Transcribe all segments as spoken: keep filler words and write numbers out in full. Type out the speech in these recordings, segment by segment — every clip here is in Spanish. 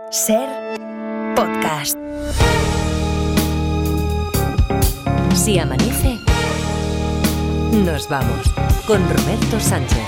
Ser podcast. Si amanece, nos vamos con Roberto Sánchez.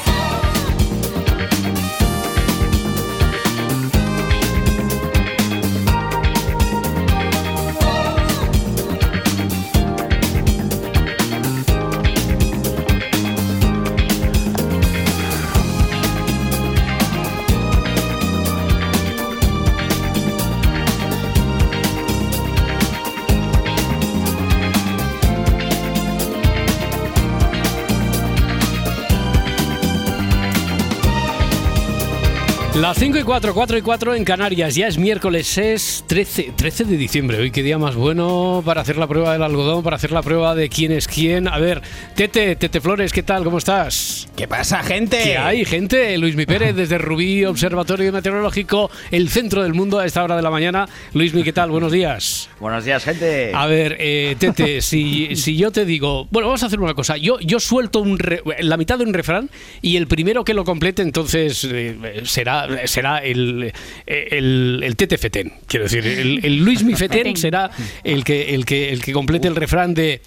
Las cinco y cuatro, cuatro y cuatro en Canarias, ya es miércoles, es trece, trece de diciembre. Hoy qué día más bueno para hacer la prueba del algodón, para hacer la prueba de quién es quién. A ver, Tete, Tete Flores, ¿qué tal? ¿Cómo estás? ¿Qué pasa, gente? ¿Qué hay, gente? Luismi Pérez desde Rubí, Observatorio Meteorológico, el centro del mundo a esta hora de la mañana. Luismi, ¿qué tal? Buenos días. Buenos días, gente. A ver, eh, Tete, si, si yo te digo... Bueno, vamos a hacer una cosa. Yo, yo suelto un re, la mitad de un refrán y el primero que lo complete entonces eh, será... será el, el, el Tete Fetén, quiero decir, el, el Luismi Fetén será el que, el, que, el que complete el refrán de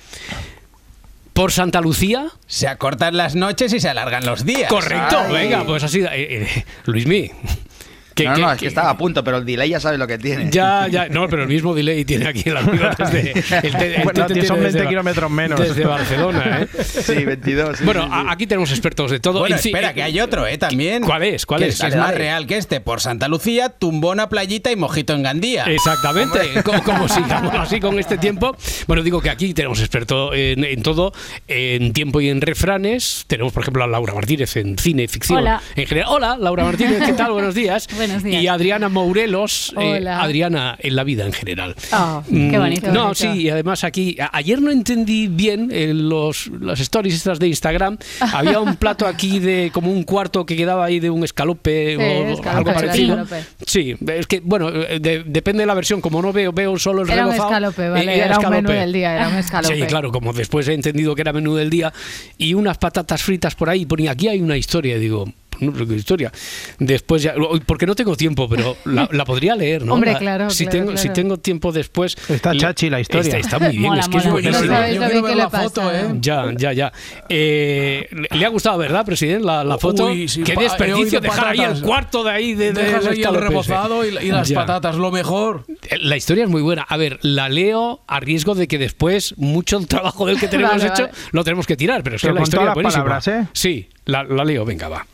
por Santa Lucía se acortan las noches y se alargan los días. Correcto. Ay. Venga, pues así, eh, eh, Luismi. Que, no, no, que, es que estaba a punto, pero el delay ya sabe lo que tiene. Ya, ya, no, pero el mismo delay tiene aquí el amigo desde... El, te, el bueno, tete son veinte desde, kilómetros menos. Desde Barcelona, ¿eh? Sí, veintidós. Sí, bueno, sí, sí. A, aquí tenemos expertos de todo. Bueno, y, espera, eh, que hay otro, ¿eh? También. ¿Cuál es? ¿Cuál que es? es, Dale, es más dale. real que este. Por Santa Lucía, tumbona, playita y mojito en Gandía. Exactamente, como, como sigamos así con este tiempo. Bueno, digo que aquí tenemos experto en, en todo, en tiempo y en refranes. Tenemos, por ejemplo, a Laura Martínez en cine, ficción. Hola. En general. Hola, Laura Martínez, ¿qué tal? Buenos días. Buenos días. Y Adriana Mourelos, eh, Hola. Adriana en la vida en general. Oh, qué bonito. No, bonito. sí, y además aquí, a, ayer no entendí bien en los, las stories estas de Instagram. Había un plato aquí de como un cuarto que quedaba ahí de un escalope Sí, o escalope, algo parecido. escalope. Sí, es que, bueno, de- depende de la versión. Como no veo, veo solo el Era un rebozado. escalope, vale, eh, era un menú escalope. del día, era un escalope. Sí, claro, como después he entendido que era menú del día. Y unas patatas fritas por ahí. Ponía, aquí hay una historia, digo... No sé qué historia. Después ya, porque no tengo tiempo, pero la, la podría leer, ¿no? Hombre, La- claro, Si claro, tengo, claro. si tengo tiempo después. Está le- chachi la historia. Está, está muy bien, Mola, es que es mola. buenísimo. No sabes Yo lo quiero bien ver que la le pasa. foto, ¿eh? Ya, ya, ya. Eh, ¿le, le ha gustado, verdad, presidente, la, la foto? Uy, sí, Qué pa- he desperdicio oído dejar ahí patatas. el cuarto de ahí de, de Dejas del ahí el escalope ese. rebozado y, y las Ya. patatas, lo mejor. La historia es muy buena. A ver, la leo a riesgo de que después mucho trabajo del que tenemos Vale, hecho vale. lo tenemos que tirar, pero es Pero que la con historia es todas las buenísima. palabras, ¿eh? Sí, la, la leo, venga, va.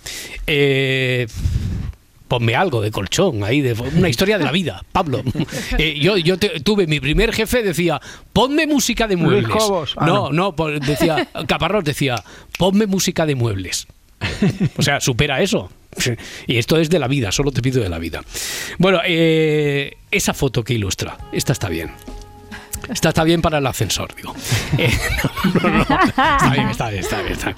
Eh, ponme algo de colchón ahí, de una historia de la vida, Pablo. Eh, yo yo te- tuve mi primer jefe, decía, ponme música de muebles. Luis Cobos. Ah, no, no. no, po- decía, Caparrós decía, ponme música de muebles. O sea, supera eso. Y esto es de la vida, solo te pido de la vida. Bueno, eh, esa foto que ilustra, esta está bien. Esta está bien para el ascensor, digo. Eh, no, no, no, está bien, está bien, está bien, está bien.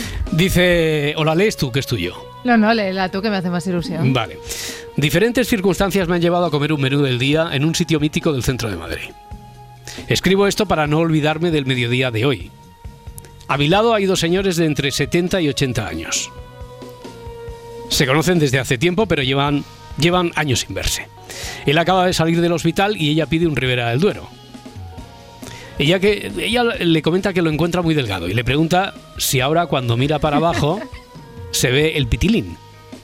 Dice, o la lees tú, que es tuyo. No, no, léela tú que me hace más ilusión. Vale. Diferentes circunstancias me han llevado a comer un menú del día en un sitio mítico del centro de Madrid. Escribo esto para no olvidarme del mediodía de hoy. A mi lado hay dos señores de entre setenta y ochenta años. Se conocen desde hace tiempo, pero llevan, llevan años sin verse. Él acaba de salir del hospital y ella pide un Ribera del Duero. Ella, que, ella le comenta que lo encuentra muy delgado y le pregunta si ahora cuando mira para abajo se ve el pitilín.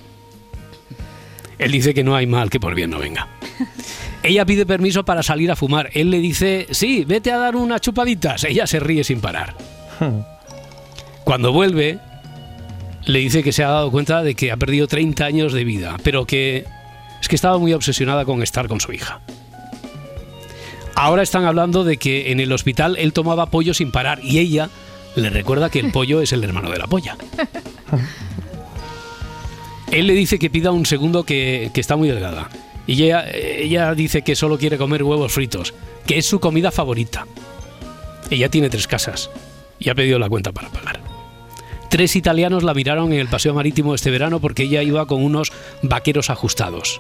Él dice que no hay mal que por bien no venga. Ella pide permiso para salir a fumar. Él le dice, sí, vete a dar unas chupaditas. Ella se ríe sin parar. Cuando vuelve, le dice que se ha dado cuenta de que ha perdido treinta años de vida, pero que es que estaba muy obsesionada con estar con su hija. Ahora están hablando de que en el hospital él tomaba pollo sin parar y ella le recuerda que el pollo es el hermano de la polla. Él le dice que pida un segundo, que, que está muy delgada. Y ella, ella dice que solo quiere comer huevos fritos, que es su comida favorita. Ella tiene tres casas y ha pedido la cuenta para pagar. Tres italianos la miraron en el paseo marítimo este verano porque ella iba con unos vaqueros ajustados.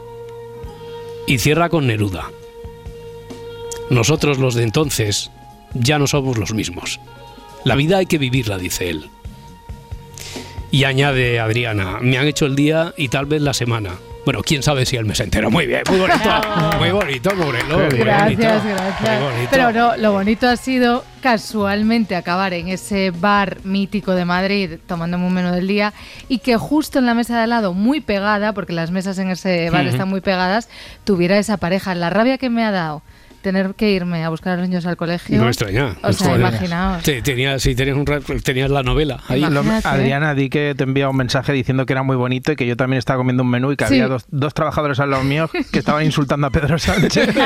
Y cierra con Neruda. Nosotros, los de entonces, ya no somos los mismos. La vida hay que vivirla, dice él. Y añade Adriana, me han hecho el día y tal vez la semana. Bueno, quién sabe si él me se entera. Muy bien, muy bonito. Muy bonito, Mourelo. Gracias, bonito, gracias. Pero no, lo bonito ha sido casualmente acabar en ese bar mítico de Madrid tomándome un menú del día y que justo en la mesa de al lado, muy pegada, porque las mesas en ese bar uh-huh. están muy pegadas, tuviera esa pareja. La rabia que me ha dado tener que irme a buscar a los niños al colegio. No me extraña. O sea, imaginaos. Sí, tenías, sí, tenías, un, tenías la novela ahí. Lo, Adriana, di que te envía un mensaje diciendo que era muy bonito y que yo también estaba comiendo un menú y que sí. había dos, dos trabajadores al lado mío que estaban insultando a Pedro Sánchez. Que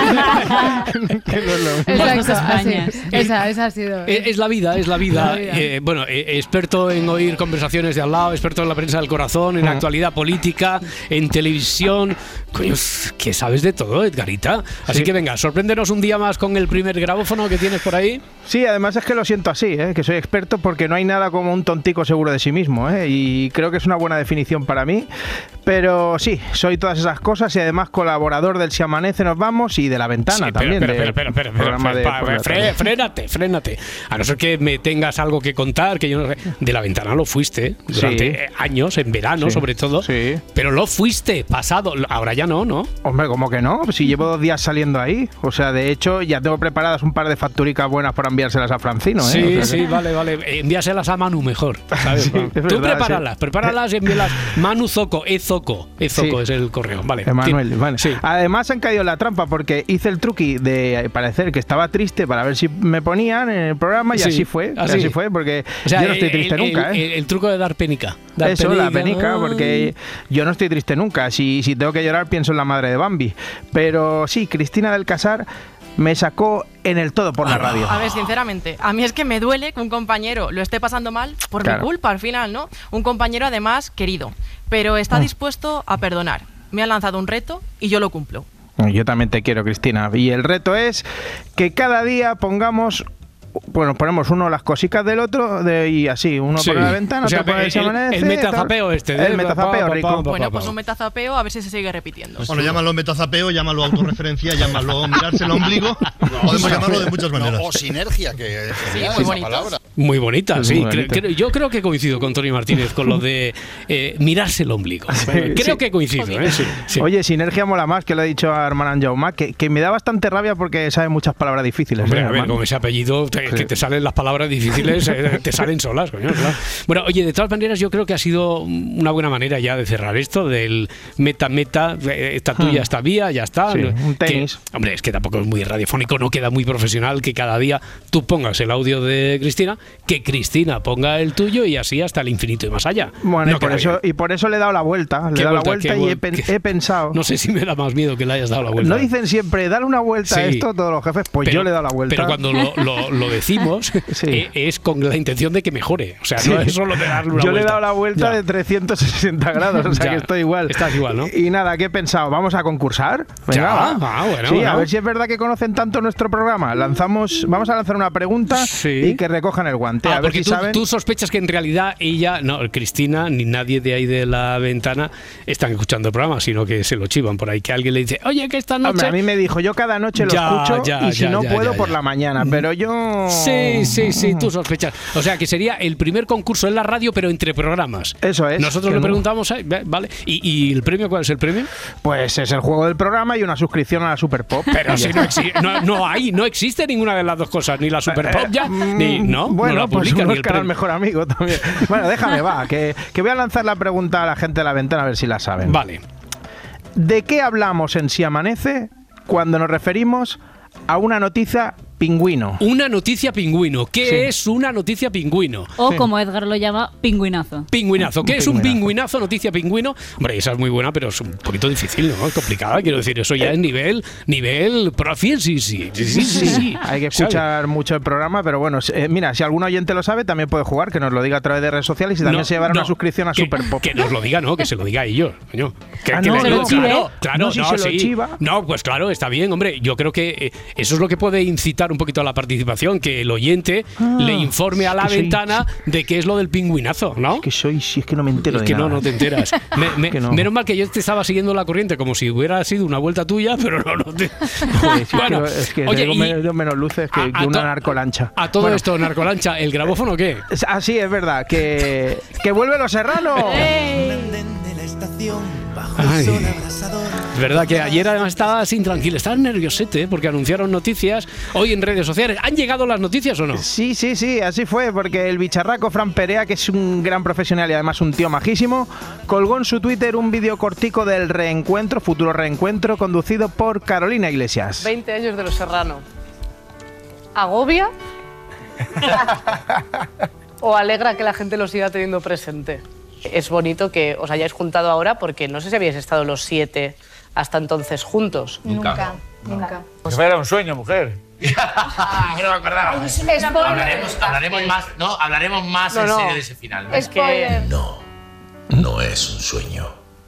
no es lo Exacto, así. Esa, esa ha sido. Es, es la vida, es la vida. La vida. Eh, bueno, eh, experto en oír conversaciones de al lado, experto en la prensa del corazón, en mm. actualidad política, en televisión. Coño, que sabes de todo, Edgarita. Así sí. que venga, sorpréndenos un día más con el primer grabófono que tienes por ahí. Sí, además es que lo siento así, ¿eh? que soy experto porque no hay nada como un tontico seguro de sí mismo, ¿eh? y creo que es una buena definición para mí. Pero sí, soy todas esas cosas y además colaborador del Si Amanece Nos Vamos y de La Ventana sí, también. Pero, pero, pero, pero, pero, pero, pero fre, frénate, frénate. A no ser que me tengas algo que contar, que yo no sé. De La Ventana lo fuiste durante sí. años, en verano sí. sobre todo. Sí. Pero lo fuiste pasado, ahora ya no, ¿no? Hombre, ¿cómo que no? Si llevo dos días saliendo ahí. O sea, de hecho, ya tengo preparadas un par de facturicas buenas para enviárselas a Francino, ¿eh? Sí, o sea, sí, que... vale, vale. Envíaselas a Manu mejor, ¿sabes? Sí, Tú verdad, prepáralas, sí. prepáralas y envíalas. Manu Zoco, Ezoco. Ezoco sí. es el correo, vale. Emanuel, vale. Sí. Además han caído en la trampa porque hice el truqui de parecer que estaba triste para ver si me ponían en el programa y sí. así fue. Así. así fue, porque o sea, yo no estoy triste el, nunca, el, ¿eh? El, el truco de dar penica. Dar Eso, penica. la penica, porque yo no estoy triste nunca. Si, si tengo que llorar, pienso en la madre de Bambi. Pero sí, Cristina del Casar me sacó en el todo por la radio. A ver, sinceramente, a mí es que me duele que un compañero lo esté pasando mal por claro. mi culpa al final, ¿no? Un compañero además querido, pero está dispuesto a perdonar. Me ha lanzado un reto y yo lo cumplo. Yo también te quiero, Cristina. Y el reto es que cada día pongamos... Bueno, ponemos uno las cositas del otro de, y así, uno sí. por la ventana, o sea, otro por el Se Amanece. El metazapeo este. El metazapeo, rico. Pa, pa, pa, bueno, pues un metazapeo, a ver si se sigue repitiendo. Bueno, llámalo metazapeo, llámalo autorreferencia, llámalo mirarse el ombligo. No, podemos llamarlo de muchas maneras. No, o sinergia, que es sí, muy bonita. Palabra. Muy bonita, sí. Muy bonita. Creo, yo creo que coincido con Tony Martínez con lo de eh, mirarse el ombligo. Sí, creo sí. que coincido, ¿eh? Sí, sí. Oye, sinergia mola más, que lo he dicho a Hermanan Jaume, que, que me da bastante rabia porque sabe muchas palabras difíciles. Hombre, ¿eh, a ver, con ese apellido te, sí. que te salen las palabras difíciles, eh, te salen solas, coño, claro. Bueno, oye, de todas maneras, yo creo que ha sido una buena manera ya de cerrar esto del meta-meta, esta tuya, esta vía, ya está. Sí, un tenis. Que, hombre, es que tampoco es muy radiofónico, no queda muy profesional que cada día tú pongas el audio de Cristina, que Cristina ponga el tuyo y así hasta el infinito y más allá. Bueno, no y, por eso, y por eso le he dado la vuelta, le he dado la vuelta y he, pen, he pensado... No sé si me da más miedo que le hayas dado la vuelta. No dicen siempre, dale una vuelta sí. a esto todos los jefes, pues pero, yo le he dado la vuelta. Pero cuando lo, lo, lo decimos... sí. es con la intención de que mejore, o sea, no sí. es solo de darle una Yo vuelta. le he dado la vuelta ya. de trescientos sesenta grados, o sea ya. que estoy igual. Estás igual, ¿no? Y nada, ¿qué he pensado? ¿Vamos a concursar? Venga, ya. va. Ah, bueno, sí, bueno. a ver si es verdad que conocen tanto nuestro programa. Lanzamos, vamos a lanzar una pregunta sí. y que recojan el guante. Ah, a ver si tú, saben. Tú sospechas que en realidad ella, no, Cristina, ni nadie de ahí de La Ventana están escuchando el programa, sino que se lo chivan por ahí, que alguien le dice, oye, que esta noche... Hombre, a mí me dijo, yo cada noche lo ya, escucho ya, y si ya, no ya, puedo ya, por ya. la mañana, pero yo... Sí, sí, sí, tú sospechas. O sea, que sería el primer concurso en la radio, pero entre programas. Eso es. Nosotros le preguntamos, ¿vale? ¿Y, ¿Y el premio cuál es el premio? Pues es el juego del programa y una suscripción a la Super Pop. Pero si no, exi no, no hay, no existe ninguna de las dos cosas, ni la Super Pop ya, ni... No, bueno, no la pues publica, uno ni es el mejor amigo también. Bueno, déjame, va, que, que voy a lanzar la pregunta a la gente de La Ventana a ver si la saben. Vale. ¿De qué hablamos en Si Amanece cuando nos referimos a una noticia pingüino? Una noticia pingüino. ¿Qué sí. es una noticia pingüino? O sí. como Edgar lo llama, pingüinazo. Pingüinazo. ¿Qué un es pingüinazo. un pingüinazo? Noticia pingüino. Hombre, esa es muy buena, pero es un poquito difícil, ¿no? Es complicada. Quiero decir, eso ya es nivel, nivel profi, sí, sí. Sí, sí, sí, sí. Hay que escuchar ¿sabe? mucho el programa, pero bueno, eh, mira, si algún oyente lo sabe, también puede jugar, que nos lo diga a través de redes sociales y también no, se llevará no, una suscripción a que, Super Pop. Que nos lo diga, no, que se lo diga a ellos, coño. Que, ah, que no, les, no, no, claro, claro, no, si no, se lo sí. chiva. No, pues claro, está bien, hombre. Yo creo que eh, eso es lo que puede incitar un poquito a la participación, que el oyente ah, le informe a La Ventana soy... de qué es lo del pingüinazo, ¿no? Es que soy, si es que no me entero es de que nada. no, no te enteras. Me, me, que no. Menos mal que yo te estaba siguiendo la corriente como si hubiera sido una vuelta tuya, pero no, no te... Joder, si bueno, es que, oye, tengo menos, menos luces que, a, que una narcolancha. A todo bueno. esto, narcolancha, ¿el grabófono qué? Ah, sí, es verdad, que, que vuelve Los Serrano. ¡Hey! De la estación Ay, es verdad que ayer estabas intranquilo, estabas nerviosete porque anunciaron noticias hoy en redes sociales. ¿Han llegado las noticias o no? Sí, sí, sí, así fue, porque el bicharraco Fran Perea, que es un gran profesional y además un tío majísimo, colgó en su Twitter un vídeo cortico del reencuentro, futuro reencuentro, conducido por Carolina Iglesias. veinte años de Los Serrano. ¿Agobia? ¿O alegra que la gente lo siga teniendo presente? Es bonito que os hayáis juntado ahora porque no sé si habíais estado los siete hasta entonces juntos. Nunca, nunca. Pues era un sueño, mujer. No me acordaba. Hablaremos, hablaremos más, no, hablaremos más no, en no. serio de ese final. ¿No? Es que... No, no es un sueño.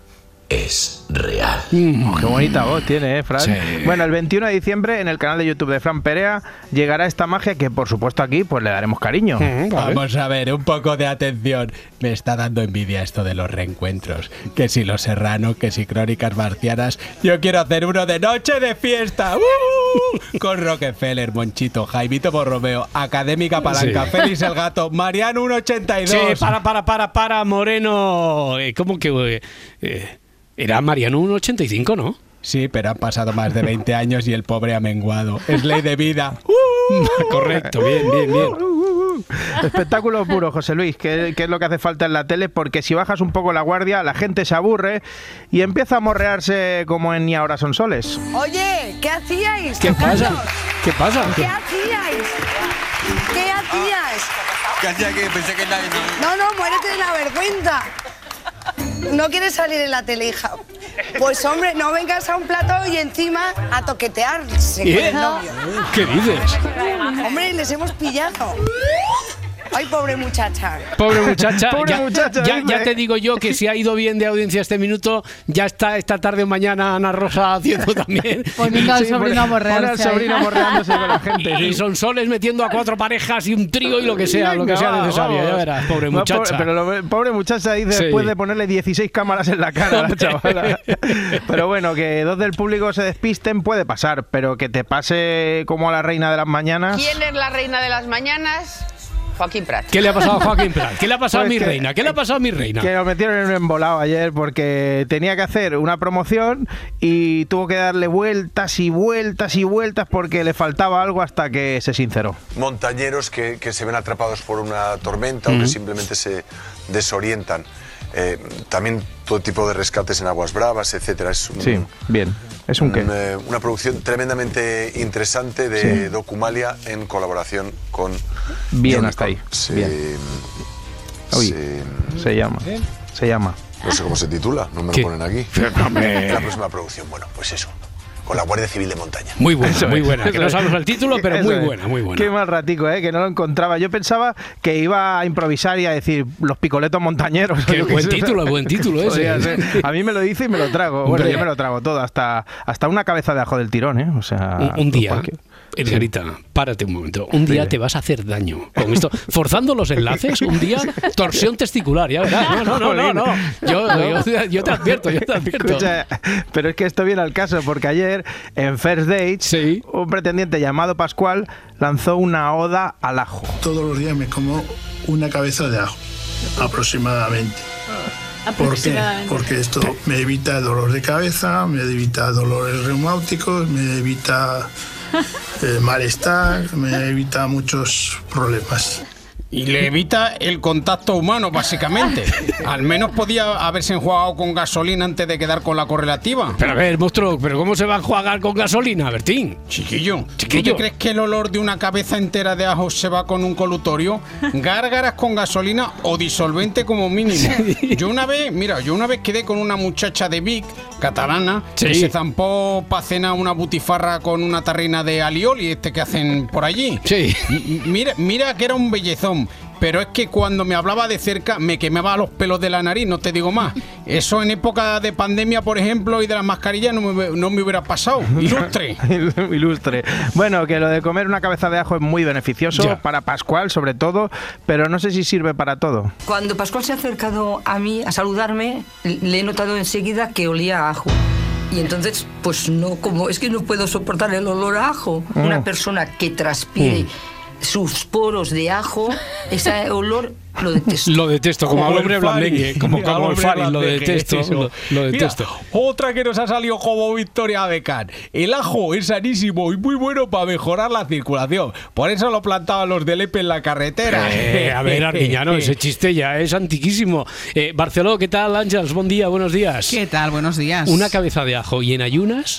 Es real. Mm, qué bonita voz tiene, ¿eh, Fran? Sí. Bueno, el veintiuno de diciembre en el canal de YouTube de Fran Perea llegará esta magia que, por supuesto, aquí pues le daremos cariño. Mm, vale. Vamos a ver, un poco de atención. Me está dando envidia esto de los reencuentros. Que si Los Serrano, que si Crónicas Marcianas. Yo quiero hacer uno de noche de fiesta. ¡Uh! Con Rockefeller, Monchito, Jaimito Borromeo, Académica Palanca, Sí. Félix el Gato, Mariano uno ochenta y dos. Sí, para, para, para, para, Moreno. Eh, ¿Cómo que...? Eh, eh, era Mariano uno ochenta y cinco, ¿no? Sí, pero han pasado más de veinte años y el pobre ha menguado. Es ley de vida. Correcto, bien, bien, bien. Espectáculo puro, José Luis, que, que es lo que hace falta en la tele, porque si bajas un poco la guardia, la gente se aburre y empieza a morrearse como en Ni ahora son soles. Oye, ¿qué hacíais? ¿Qué pasa? ¿Qué pasa? ¿Qué hacíais? ¿Qué hacías? ¿Qué hacía que pensé que nadie... No, no, muérete de la vergüenza. ¿No quieres salir en la tele, hija? Pues hombre, no vengas a un plato y encima a toquetearse con ¿Eh? el novio. ¿Qué dices? Hombre, les hemos pillado. Ay, pobre muchacha. Pobre muchacha. Pobre ya, muchacha, ya, dice. ya te digo yo que si ha ido bien de audiencia este minuto, ya está esta tarde o mañana Ana Rosa haciendo también. Poniendo al Sí, sobrino a pone- pone al morrearse ahí. sobrino morreándose con la gente. Y, sí. y Sonsoles metiendo a cuatro parejas y un trío y lo que sea, lo que sea Venga, necesario. vamos. Ya verás, pobre No, muchacha. pobre- pero lo- pobre muchacha dice Sí. después de ponerle dieciséis cámaras en la cara a la chavala. Pero bueno, que dos del público se despisten puede pasar, pero que te pase como a la reina de las mañanas. ¿Quién es la reina de las mañanas? Joaquín Prat. ¿Qué le ha pasado a Joaquín Prat? ¿Qué le ha pasado Pues a mi que- reina? ¿Qué le ha pasado a mi reina? Que lo metieron en un embolado ayer porque tenía que hacer una promoción y tuvo que darle vueltas y vueltas y vueltas porque le faltaba algo hasta que se sinceró. Montañeros que, que se ven atrapados por una tormenta o que simplemente se desorientan. Eh, también todo tipo de rescates en aguas bravas, etcétera. Es un, Sí, bien. ¿Es un qué? un, eh, una producción tremendamente interesante de Sí. Documalia en colaboración con Bien, Unicorn. hasta ahí. Se, Bien. Uy, se- se llama. Se llama. no sé cómo se titula, no me ¿Qué? lo ponen aquí. hombre. La próxima producción, bueno, pues eso, con la Guardia Civil de Montaña. Muy buena, Eso muy es, buena. Que eso no es. sabemos el título, pero Eso muy es. buena, muy buena. Qué mal ratico, ¿eh? Que no lo encontraba. Yo pensaba que iba a improvisar y a decir los picoletos montañeros. Qué Yo qué buen sé. título, buen título ese. Podría ser. A mí me lo dice y me lo trago. Bueno, Hombre. yo me lo trago todo, hasta, hasta una cabeza de ajo del tirón, ¿eh? O sea, Un, un día, cualquier- Edgarita, párate un momento. Un día Sí. te vas a hacer daño con esto. Forzando los enlaces, un día torsión testicular, ya verás. No, no, no, no. no. Yo, yo, yo te advierto, yo te advierto. Escucha, pero es que esto viene al caso, porque ayer en First Dates, Sí. un pretendiente llamado Pascual lanzó una oda al ajo. Todos los días me como una cabeza de ajo, aproximadamente. ¿Por qué? Porque esto me evita dolor de cabeza, me evita dolores reumáticos, me evita eh, malestar, me evita muchos problemas. Y le evita el contacto humano, básicamente. Al menos podía haberse enjuagado con gasolina antes de quedar con la correlativa. Pero a ver, monstruo, ¿pero cómo se va a enjuagar con gasolina, Bertín? Chiquillo, Chiquillo. ¿tú te crees que el olor de una cabeza entera de ajo se va con un colutorio? Gárgaras con gasolina o disolvente como mínimo. Yo una vez, mira, yo una vez quedé con una muchacha de Vic, catalana, Sí. que se zampó para cenar una butifarra con una tarrina de alioli, este que hacen por allí. Sí. M- Mira, mira que era un bellezón. Pero es que cuando me hablaba de cerca me quemaba los pelos de la nariz, no te digo más. Eso en época de pandemia, por ejemplo, y de las mascarillas no me, no me hubiera pasado. Ilustre. Ilustre. Bueno, que lo de comer una cabeza de ajo es muy beneficioso, Ya. para Pascual sobre todo, pero no sé si sirve para todo. Cuando Pascual se ha acercado a mí a saludarme, le he notado enseguida que olía a ajo. Y entonces, pues no, como es que no puedo soportar el olor a ajo. Mm. Una persona que transpire sus poros de ajo, ese olor lo detesto. Lo detesto, como, como al hombre blandengue, como, como el Fari, lo detesto, es lo, lo detesto. Mira, otra que nos ha salido como Victoria Beckham. El ajo es sanísimo y muy bueno para mejorar la circulación. Por eso lo plantaban los de Lepe en la carretera. Eh, a ver, Arguiñano, ese chiste ya es antiquísimo. Eh, Barceló, ¿qué tal, Ángels? Buen día, buenos días. ¿Qué tal? Buenos días. Una cabeza de ajo y en ayunas...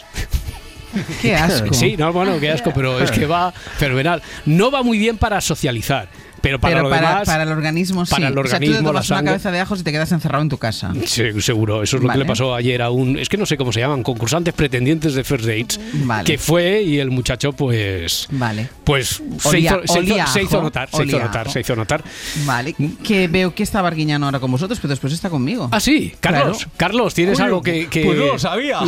Qué asco. Sí, no, bueno, qué asco, pero es que va fenomenal. No va muy bien para socializar. Pero para Pero lo para, demás, para el organismo sí. para el organismo, o sea, tú te tomas la una sangre, cabeza de ajos y te quedas encerrado en tu casa. Sí, seguro, eso es lo Vale. que le pasó ayer a un, es que no sé cómo se llaman, concursantes pretendientes de First Dates, Vale. que fue y el muchacho pues Vale. pues se Olía- hizo, se olía hizo- se hizo ajo, notar, se hizo olía notar, ajo. se hizo notar. Vale, que veo que estaba Arguiñano ahora con vosotros, pero después está conmigo. Ah, sí, Carlos, Claro. Carlos, ¿tienes Uy, algo que, que- Pues no lo sabía.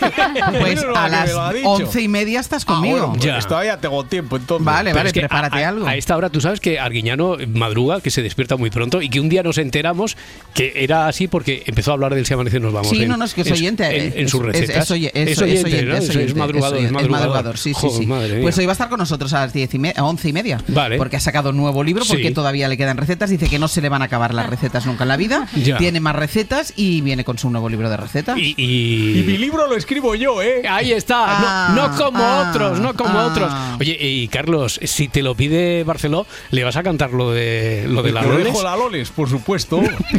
Pues Menos mal a que las me lo ha dicho. once y media estás conmigo. Ah, bueno, pues Ya. todavía tengo tiempo entonces. Vale, Pero vale, es que prepárate a, a- algo. a esta hora tú sabes que Arguiñano madruga, que se despierta muy pronto y que un día nos enteramos que era así porque empezó a hablar del Si Amanece Nos Vamos. Sí, en- no, no, es que es en- oyente. En, eh, en sus es- recetas. Es, oye- es- Es es oyente, oyente, ¿no? es Es- oyente, es madrugador, es es oyente, madrugador. sí, sí, Joder, sí. madre mía. Pues hoy va a estar con nosotros a las diez y me- a once y media. Vale. Porque ha sacado un nuevo libro, porque Sí. todavía le quedan recetas. Dice que no se le van a acabar las recetas nunca en la vida. Ya. Tiene más recetas y viene con su nuevo libro de recetas. Y, y- Y mi libro lo escribo yo, ¿eh? Ahí está, Ah, no, no como ah, otros, no como ah. otros. Oye, y Carlos, si te lo pide Barceló, ¿le vas a cantar lo de lo de la Lo Loles? dejo la Loles, por supuesto.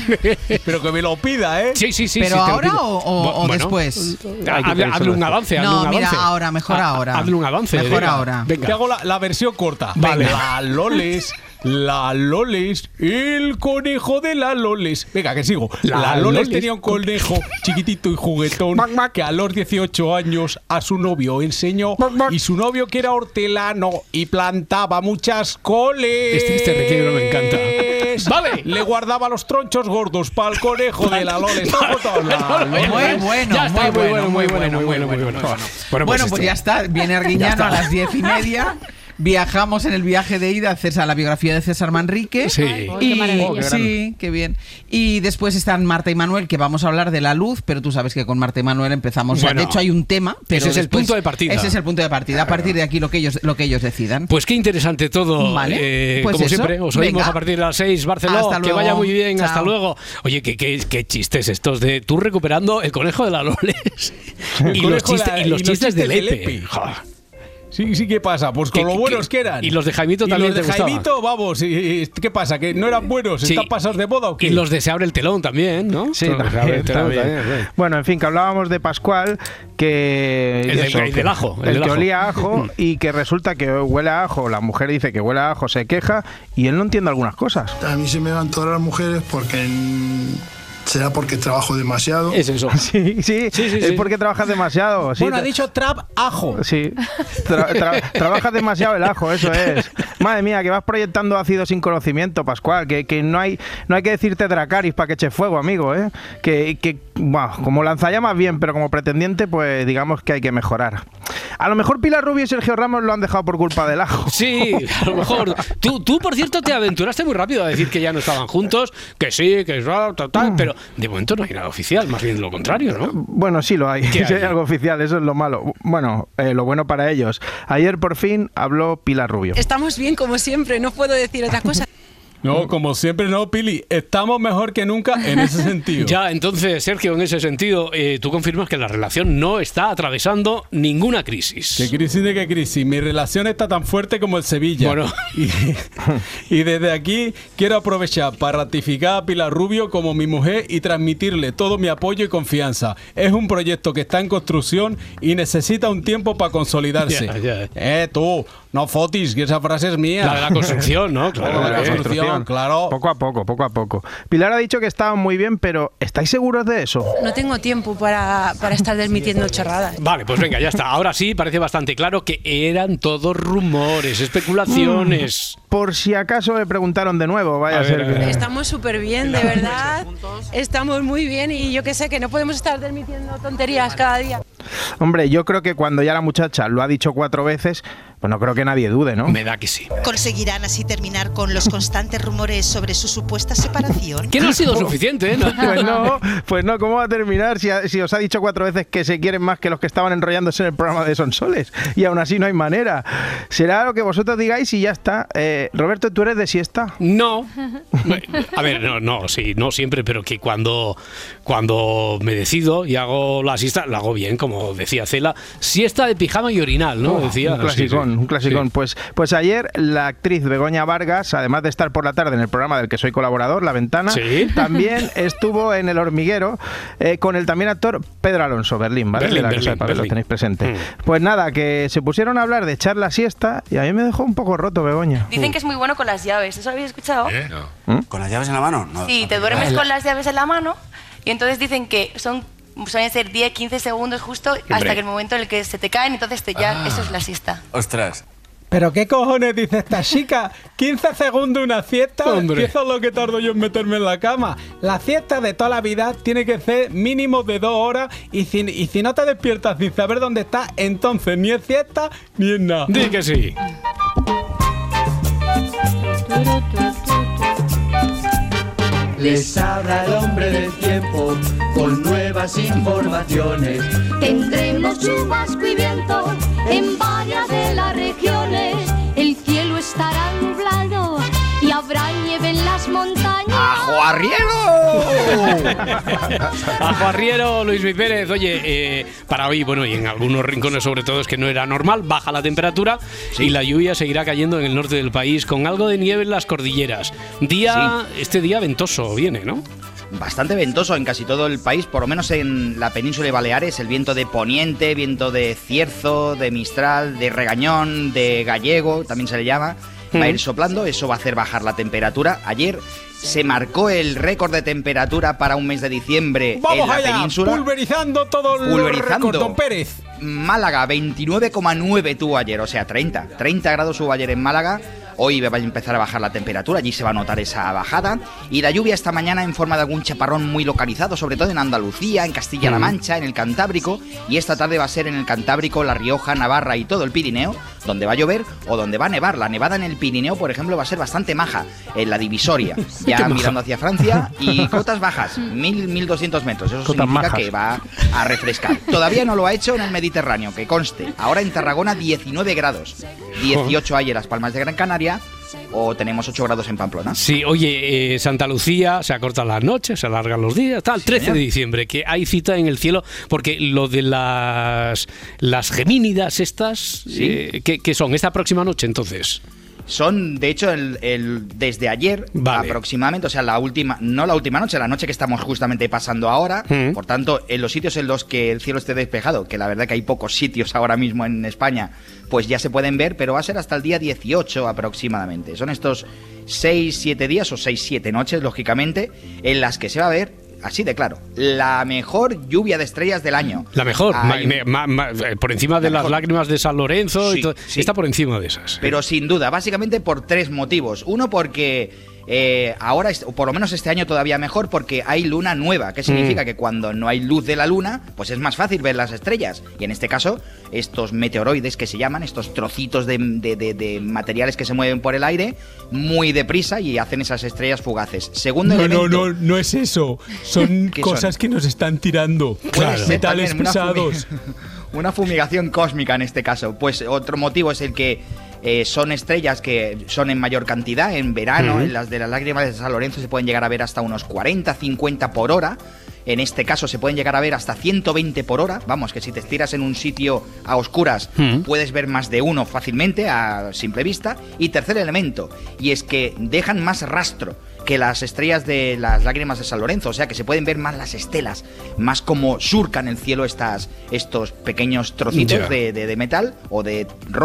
Pero que me lo pida, ¿eh? Sí, sí, sí. ¿Pero sí, te lo ahora pido. o- o- o Bueno, después? Hazle, hazle un avance, hazle No, un mira, avance. ahora, mejor Ha- ahora. Hazle un avance. Mejor venga, ahora. Venga. Te hago la, la versión corta. Vale. La Loles, la Loles, el conejo de la Loles. Venga, que sigo. La La, Loles, Loles. tenía un conejo chiquitito y juguetón que a los dieciocho años a su novio enseñó y su novio que era hortelano y plantaba muchas coles. Este, este requinto me encanta. Vale. Le guardaba los tronchos gordos para el conejo de la Loles. Toco todos, la Muy Loles. bueno, Ya está, muy bueno, muy bueno, muy bueno, muy bueno. Bueno, Bueno, pues, esto- ya está. Viene Ya Arguiñano está. a las diez y media. Viajamos en el viaje de ida a César, la biografía de César Manrique. Sí. Ay, Y, qué maravilla. Oh, qué sí, qué bien. Y después están Marta y Manuel, que vamos a hablar de la luz, pero tú sabes que con Marta y Manuel empezamos. Bueno, de hecho, hay un tema, pero ese es el después- punto de partida. Ese es el punto de partida. A partir de aquí lo que ellos, lo que ellos decidan. Pues qué interesante todo. Vale, Eh, pues como eso. siempre, os oímos Venga. a partir de las seis. Barcelona, Hasta que luego. vaya muy bien. Chao. Hasta luego. Oye, qué, qué, qué chistes estos de tú recuperando el conejo de la Loles y, conejo los chistes, de la- y los chistes de Lepe. Lepe. Joder. Sí, sí, ¿qué pasa? Pues con ¿Qué- lo qué- buenos que eran. y los de Jaimito Y también los de te gustaban? Jaimito, vamos, y- y- ¿qué pasa? ¿Que no eran buenos? Sí. ¿Están pasados de moda o qué? Y los de Se abre el telón también, ¿no? Sí, Los de Se abre también, el telón también. también, sí. Bueno, en fin, que hablábamos de Pascual, que... El del- eso, el que- del ajo, el El, del que ajo. olía a ajo y que resulta que huele a ajo, la mujer dice que huele a ajo, se queja y él no entiende algunas cosas. A mí se me van todas las mujeres porque mm, será porque trabajo demasiado. Es eso. Sí, sí, Sí, sí, es sí. porque trabajas demasiado. Sí, Bueno, ha tra- dicho trap ajo. Sí, Tra- tra- trabajas demasiado el ajo, eso es. Madre mía, que vas proyectando ácido sin conocimiento, Pascual, que, que no hay no hay que decirte Dracaris para que eche fuego, amigo, ¿eh? Que, que buah, como lanzallamas bien, pero como pretendiente, pues digamos que hay que mejorar. A lo mejor Pilar Rubio y Sergio Ramos lo han dejado por culpa del ajo. Sí, a lo mejor. Tú, tú, por cierto, te aventuraste muy rápido a decir que ya no estaban juntos, que sí, que es total, pero de momento no hay nada oficial, más bien lo contrario, ¿no? Bueno, sí lo hay. ¿Qué Sí hay hay? algo oficial, eso es lo malo. Bueno, eh, lo bueno para ellos. Ayer por fin habló Pilar Rubio. Estamos bien como siempre, no puedo decir otra cosa. No, como siempre no, Pili. Estamos mejor que nunca en ese sentido. Ya, entonces, Sergio, en ese sentido, eh, tú confirmas que la relación no está atravesando ninguna crisis. ¿Qué crisis de qué crisis? Mi relación está tan fuerte como el Sevilla. Bueno. Y, y desde aquí quiero aprovechar para ratificar a Pilar Rubio como mi mujer y transmitirle todo mi apoyo y confianza. Es un proyecto que está en construcción y necesita un tiempo para consolidarse. Ya, ya. Eh, tú, no fotis, que esa frase es mía. La de la construcción, ¿no? Claro, La de la eh. construcción, claro. Poco a poco, poco a poco. Pilar ha dicho que estaban muy bien, pero ¿estáis seguros de eso? No tengo tiempo para, para estar desmitiendo chorradas. Vale, pues venga, ya está. Ahora sí, parece bastante claro que eran todos rumores, especulaciones. por si acaso le preguntaron de nuevo. Vaya a, a ser ver, que... Estamos súper bien, de verdad. Estamos muy bien y yo que sé que no podemos estar transmitiendo tonterías cada día. Hombre, yo creo que cuando ya la muchacha lo ha dicho cuatro veces, pues no creo que nadie dude, ¿no? Me da que sí. ¿Conseguirán así terminar con los constantes rumores sobre su supuesta separación? Que no ha sido suficiente, ¿eh? ¿No? Pues no, pues no, ¿cómo va a terminar si, si os ha dicho cuatro veces que se quieren más que los que estaban enrollándose en el programa de Sonsoles? Y aún así no hay manera. Será lo que vosotros digáis y ya está. Eh, Roberto, ¿tú eres de siesta? No. A ver, no, no, sí, no siempre, pero que cuando, cuando me decido y hago la siesta, la hago bien, como decía Cela. Siesta de pijama y orinal, ¿no? Oh, decía. Un clasicón, sí, sí. un clasicón. Sí. Pues, pues ayer la actriz Begoña Vargas, además de estar por la tarde en el programa del que soy colaborador, La Ventana, ¿sí? también estuvo en El Hormiguero eh, con el también actor Pedro Alonso, Berlín, ¿vale? Berlín, de la Berlín, Casa de Papel, Berlín. Lo tenéis presente. Mm. Pues nada, que se pusieron a hablar de echar la siesta y a mí me dejó un poco roto, Begoña. Dicen que es muy bueno con las llaves, ¿eso lo habéis escuchado? ¿Eh? No. ¿Mm? ¿Con las llaves en la mano? No. Sí, te duermes con las llaves en la mano y entonces dicen que son suelen ser diez, quince segundos justo Hombre. hasta que el momento en el que se te caen, entonces te ya Ah. eso es la siesta. Ostras. ¿Pero qué cojones dice esta chica? ¿quince segundos una siesta? Hombre. ¿Qué eso es lo que tardo yo en meterme en la cama? La siesta de toda la vida tiene que ser mínimo de dos horas y si, y si no te despiertas sin saber dónde estás, entonces ni es siesta ni es nada. Di que sí. Les habla el hombre del tiempo con nuevas informaciones. Tendremos chubasco y viento en varias de las regiones. El cielo estará nublado y habrá nieve en las montañas. ¡Ajo Arriero! Ajo Arriero, Luis Mi Pérez. Oye, eh, para hoy, bueno, y en algunos rincones sobre todo es que no era normal, baja la temperatura sí. y la lluvia seguirá cayendo en el norte del país con algo de nieve en las cordilleras. Día, sí. Este día ventoso viene, ¿no? Bastante ventoso en casi todo el país, por lo menos en la península de Baleares, el viento de poniente, viento de cierzo, de mistral, de regañón, de gallego, también se le llama, mm. va a ir soplando, eso va a hacer bajar la temperatura. Ayer se marcó el récord de temperatura para un mes de diciembre Vamos en la allá, península. Pulverizando todo el Pulverizando. récord, don Pérez. Málaga, veintinueve coma nueve tuvo ayer, o sea, treinta. treinta grados hubo ayer en Málaga. Hoy va a empezar a bajar la temperatura, allí se va a notar esa bajada. Y la lluvia esta mañana en forma de algún chaparrón muy localizado, sobre todo en Andalucía, en Castilla-La Mancha, en el Cantábrico. Y esta tarde va a ser en el Cantábrico, La Rioja, Navarra y todo el Pirineo, donde va a llover o donde va a nevar. La nevada en el Pirineo, por ejemplo, va a ser bastante maja, en la divisoria, ya mirando hacia Francia. Y cotas bajas, mil, mil doscientos metros. Eso cotas significa majas. Que va a refrescar. Todavía no lo ha hecho en el Mediterráneo, que conste. Ahora en Tarragona, diecinueve grados. dieciocho hay en Las Palmas de Gran Canaria. O tenemos ocho grados en Pamplona. Sí, oye, eh, Santa Lucía, se acortan las noches, se alargan los días, tal, sí, trece señor. de diciembre, que hay cita en el cielo, porque lo de las las gemínidas estas, ¿sí? eh, ¿qué, ¿qué son? ¿Esta próxima noche entonces? Son, de hecho, el, el desde ayer vale. aproximadamente, o sea, la última, no la última noche, la noche que estamos justamente pasando ahora. Mm. Por tanto, en los sitios en los que el cielo esté despejado, que la verdad que hay pocos sitios ahora mismo en España, pues ya se pueden ver, pero va a ser hasta el día dieciocho aproximadamente. Son estos seis siete días o seis siete noches, lógicamente, en las que se va a ver. Así de claro, la mejor lluvia de estrellas del año. La mejor, Ay, ma, ma, ma, por encima de la las mejor. lágrimas de San Lorenzo, sí, y todo, sí. está por encima de esas. Pero sin duda, básicamente por tres motivos. Uno, porque eh, ahora, o por lo menos este año todavía mejor, porque hay luna nueva, que significa mm. que cuando no hay luz de la luna, pues es más fácil ver las estrellas. Y en este caso, estos meteoroides que se llaman, estos trocitos de, de, de, de materiales que se mueven por el aire, muy deprisa y hacen esas estrellas fugaces. Segundo no, elemento... No, no, no es eso. Son cosas son? que nos están tirando. Claro. Metales pesados. Una, fumi una fumigación cósmica en este caso. Pues otro motivo es el que eh, son estrellas que son en mayor cantidad. En verano, uh-huh. en las de las lágrimas de San Lorenzo se pueden llegar a ver hasta unos cuarenta, cincuenta por hora. En este caso se pueden llegar a ver hasta ciento veinte por hora. Vamos, que si te estiras en un sitio a oscuras mm. puedes ver más de uno fácilmente a simple vista. Y tercer elemento, y es que dejan más rastro que las estrellas de las lágrimas de San Lorenzo, o sea que se pueden ver más las estelas, más como surcan el cielo estas, estos pequeños trocitos yeah. de, de, de metal o de roca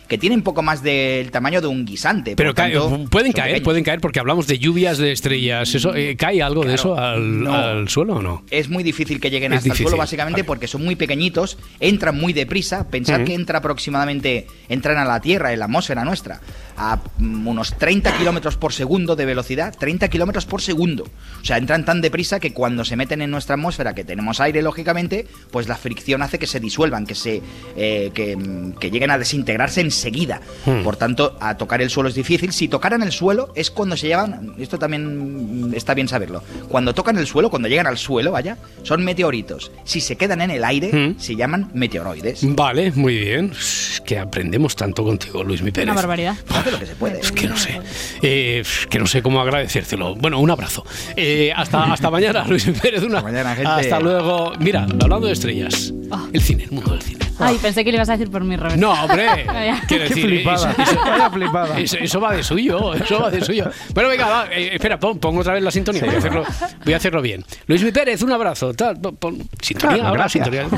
que tienen poco más del tamaño de un guisante. Pero por tanto, cae, pueden caer, pequeños. pueden caer porque hablamos de lluvias de estrellas. Eso, eh, ¿cae algo claro, de eso al, no. al suelo o no? Es muy difícil que lleguen es hasta difícil. el suelo, básicamente vale. porque son muy pequeñitos, entran muy deprisa. Pensad uh-huh. que entra aproximadamente, entran a la Tierra, en la atmósfera nuestra, a unos treinta kilómetros por segundo de velocidad, treinta kilómetros por segundo. O sea, entran tan deprisa que cuando se meten en nuestra atmósfera, que tenemos aire, lógicamente, pues la fricción hace que se disuelvan, que se eh, que, que lleguen a desintegrarse enseguida. Hmm. Por tanto, a tocar el suelo es difícil. Si tocaran el suelo es cuando se llevan, esto también está bien saberlo, cuando tocan el suelo, cuando llegan al suelo, vaya, son meteoritos. Si se quedan en el aire, hmm. se llaman meteoroides. Vale, muy bien. Es que aprendemos tanto contigo, Luis Mi Pérez. Una barbaridad. Hace lo que se puede. Es que no sé. Eh, que no sé cómo agradecértelo. Bueno, un abrazo. Eh, hasta, hasta mañana, Luis Mi Pérez. Una, hasta mañana, gente. Hasta luego. Mira, hablando de estrellas, oh. el cine, el mundo del cine. Ay, pensé que le ibas a decir por mí, Roberto. No, hombre. Quiero decir, Qué flipada. Eso, eso, Vaya flipada. Eso, eso va de suyo, eso va de suyo. Bueno, venga, va, eh, espera, pon, pongo otra vez la sintonía. Sí, voy, a hacerlo, voy a hacerlo bien. Luis Mi Pérez, un abrazo. Tal, pon, pon, sintonía, claro, ahora gracias. sintonía.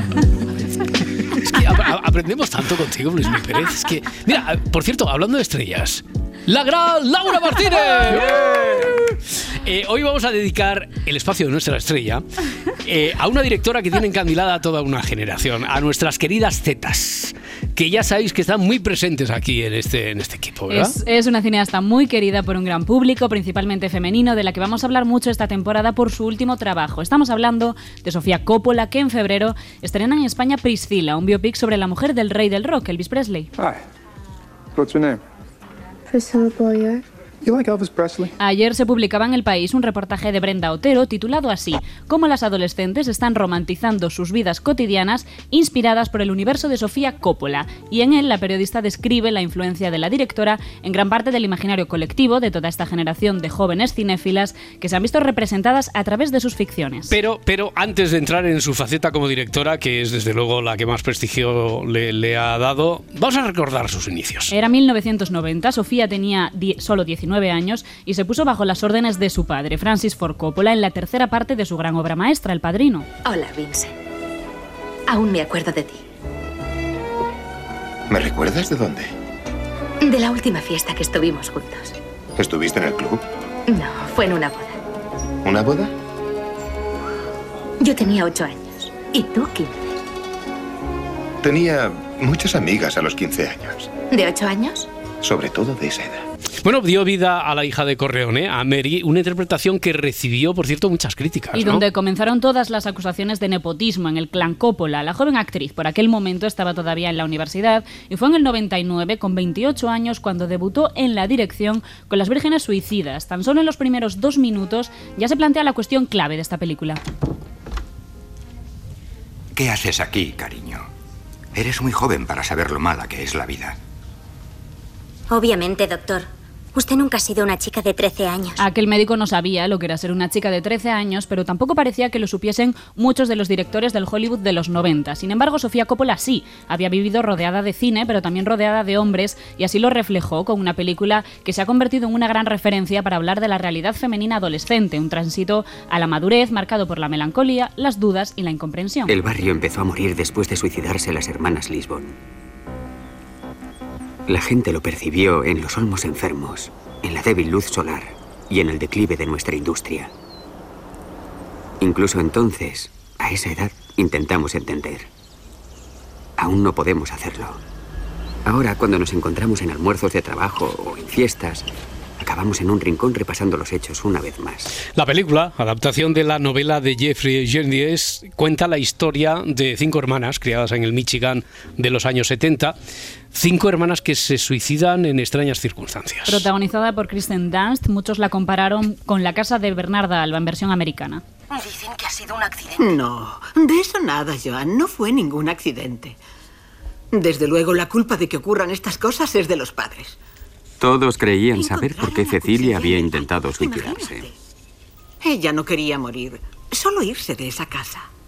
Es que a, a, aprendemos tanto contigo, Luis Mi Pérez. Es que, mira, por cierto, hablando de estrellas, la gran Laura Martínez. Eh, hoy vamos a dedicar el espacio de nuestra estrella eh, a una directora que tiene encandilada a toda una generación, a nuestras queridas Zetas, que ya sabéis que están muy presentes aquí en este, en este equipo, ¿verdad? Es, es una cineasta muy querida por un gran público, principalmente femenino, de la que vamos a hablar mucho esta temporada por su último trabajo. Estamos hablando de Sofía Coppola, que en febrero estrena en España Priscilla, un biopic sobre la mujer del rey del rock, Elvis Presley. Hi. What's your name? Priscilla Boyer. You like Elvis Presley? Ayer se publicaba en El País un reportaje de Brenda Otero titulado así: Cómo las adolescentes están romantizando sus vidas cotidianas inspiradas por el universo de Sofía Coppola. Y en él la periodista describe la influencia de la directora en gran parte del imaginario colectivo de toda esta generación de jóvenes cinéfilas que se han visto representadas a través de sus ficciones. Pero, pero antes de entrar en su faceta como directora, que es desde luego la que más prestigio le, le ha dado, vamos a recordar sus inicios. Era mil novecientos noventa, Sofía tenía die- solo diecinueve años y se puso bajo las órdenes de su padre, Francis Ford Coppola, en la tercera parte de su gran obra maestra, El Padrino. Hola, Vincent. Aún me acuerdo de ti. ¿Me recuerdas de dónde? De la última fiesta que estuvimos juntos. ¿Estuviste en el club? No, fue en una boda. ¿Una boda? Yo tenía ocho años y tú quince. Tenía muchas amigas a los quince años. ¿De ocho años? Sobre todo de esa edad. Bueno, dio vida a la hija de Corleone, a Mary, una interpretación que recibió, por cierto, muchas críticas, Y ¿no? donde comenzaron todas las acusaciones de nepotismo en el clan Coppola. La joven actriz por aquel momento estaba todavía en la universidad y fue en el noventa y nueve, con veintiocho años, cuando debutó en la dirección con Las Vírgenes Suicidas. Tan solo en los primeros dos minutos ya se plantea la cuestión clave de esta película. ¿Qué haces aquí, cariño? Eres muy joven para saber lo mala que es la vida. Obviamente, doctor. Usted nunca ha sido una chica de trece años. Aquel médico no sabía lo que era ser una chica de trece años, pero tampoco parecía que lo supiesen muchos de los directores del Hollywood de los noventa. Sin embargo, Sofía Coppola sí, había vivido rodeada de cine, pero también rodeada de hombres, y así lo reflejó con una película que se ha convertido en una gran referencia para hablar de la realidad femenina adolescente, un tránsito a la madurez marcado por la melancolía, las dudas y la incomprensión. El barrio empezó a morir después de suicidarse las hermanas Lisbon. La gente lo percibió en los olmos enfermos, en la débil luz solar y en el declive de nuestra industria. Incluso entonces, a esa edad, intentamos entender. Aún no podemos hacerlo. Ahora, cuando nos encontramos en almuerzos de trabajo o en fiestas, acabamos en un rincón repasando los hechos una vez más. La película, adaptación de la novela de Jeffrey Jeundiez, cuenta la historia de cinco hermanas criadas en el Michigan de los años setenta. Cinco hermanas que se suicidan en extrañas circunstancias. Protagonizada por Kristen Dunst, muchos la compararon con La casa de Bernarda Alba en versión americana. Dicen que ha sido un accidente. No, de eso nada, Joan. No fue ningún accidente. Desde luego, la culpa de que ocurran estas cosas es de los padres. Todos creían saber por qué Cecilia había intentado suicidarse. Ella no quería morir, solo irse de esa casa.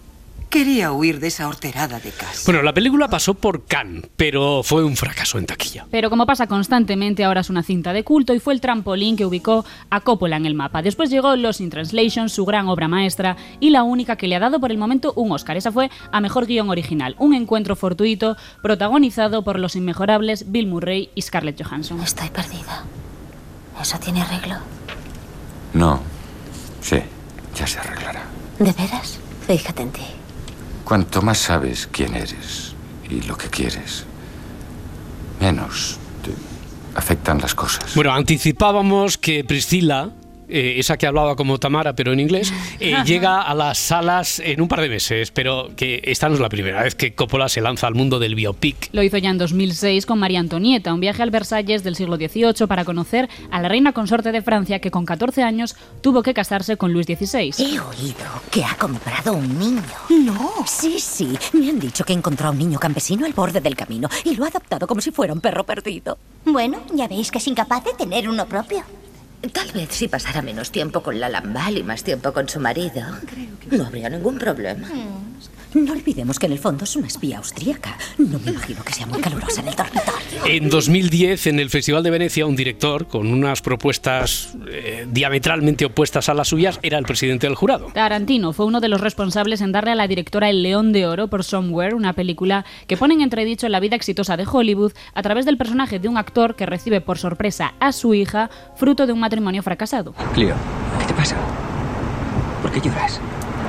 Quería huir de esa horterada de casa. Bueno, la película pasó por Cannes, pero fue un fracaso en taquilla. Pero como pasa constantemente, ahora es una cinta de culto y fue el trampolín que ubicó a Coppola en el mapa. Después llegó Lost in Translation, su gran obra maestra, y la única que le ha dado por el momento un Oscar. Esa fue a Mejor Guión Original, un encuentro fortuito protagonizado por los inmejorables Bill Murray y Scarlett Johansson. Estoy perdida. ¿Eso tiene arreglo? No. Sí, ya se arreglará. ¿De veras? Fíjate en ti. Cuanto más sabes quién eres y lo que quieres, menos te afectan las cosas. Bueno, anticipábamos que Priscila, eh, esa que hablaba como Tamara pero en inglés, eh, llega a las salas en un par de meses, pero que esta no es la primera vez que Coppola se lanza al mundo del biopic. Lo hizo ya en dos mil seis con María Antonieta, un viaje al Versalles del siglo dieciocho para conocer a la reina consorte de Francia que con catorce años tuvo que casarse con Luis dieciséis. He oído que ha comprado un niño. No. Sí, sí. Me han dicho que encontró a un niño campesino al borde del camino y lo ha adoptado como si fuera un perro perdido. Bueno, ya veis que es incapaz de tener uno propio. Tal vez si pasara menos tiempo con la Lamballe y más tiempo con su marido, no habría ningún problema. No olvidemos que en el fondo es una espía austríaca. No me imagino que sea muy calurosa en el dormitorio. En dos mil diez, en el Festival de Venecia, un director con unas propuestas eh, diametralmente opuestas a las suyas era el presidente del jurado. Tarantino fue uno de los responsables en darle a la directora el León de Oro por Somewhere, una película que pone en entredicho la vida exitosa de Hollywood a través del personaje de un actor que recibe por sorpresa a su hija, fruto de un matrimonio fracasado. Cleo, ¿qué te pasa? ¿Por qué lloras?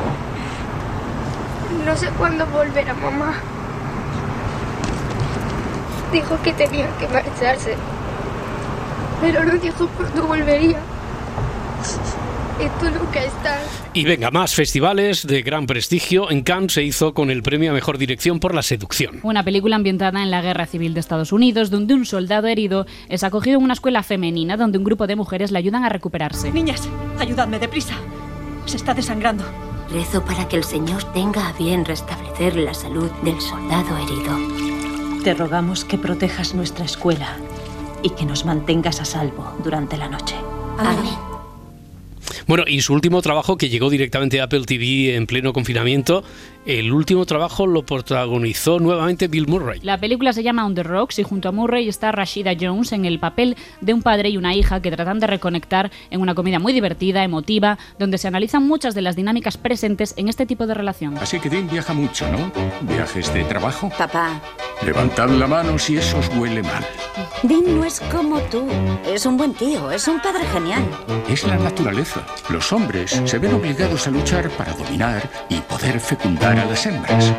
No sé cuándo volverá mamá. Dijo que tenía que marcharse, pero no dijo cuándo volvería. Y tú nunca estás. Y venga, más festivales de gran prestigio. En Cannes se hizo con el premio a Mejor Dirección por La Seducción. Una película ambientada en la Guerra Civil de Estados Unidos, donde un soldado herido es acogido en una escuela femenina donde un grupo de mujeres le ayudan a recuperarse. Niñas, ayudadme deprisa. Se está desangrando. Rezo para que el Señor tenga a bien restablecer la salud del soldado herido. Te rogamos que protejas nuestra escuela y que nos mantengas a salvo durante la noche. Amén. Bueno, y su último trabajo, que llegó directamente a Apple T V en pleno confinamiento, el último trabajo lo protagonizó nuevamente Bill Murray. La película se llama On the Rocks y junto a Murray está Rashida Jones en el papel de un padre y una hija que tratan de reconectar en una comedia muy divertida, emotiva, donde se analizan muchas de las dinámicas presentes en este tipo de relación. Así que Dean viaja mucho, ¿no? ¿Viajes de trabajo? Papá. Levantad la mano si eso os huele mal. Dean no es como tú. Es un buen tío, es un padre genial. Es la naturaleza. Los hombres se ven obligados a luchar para dominar y poder fecundar a las hembras.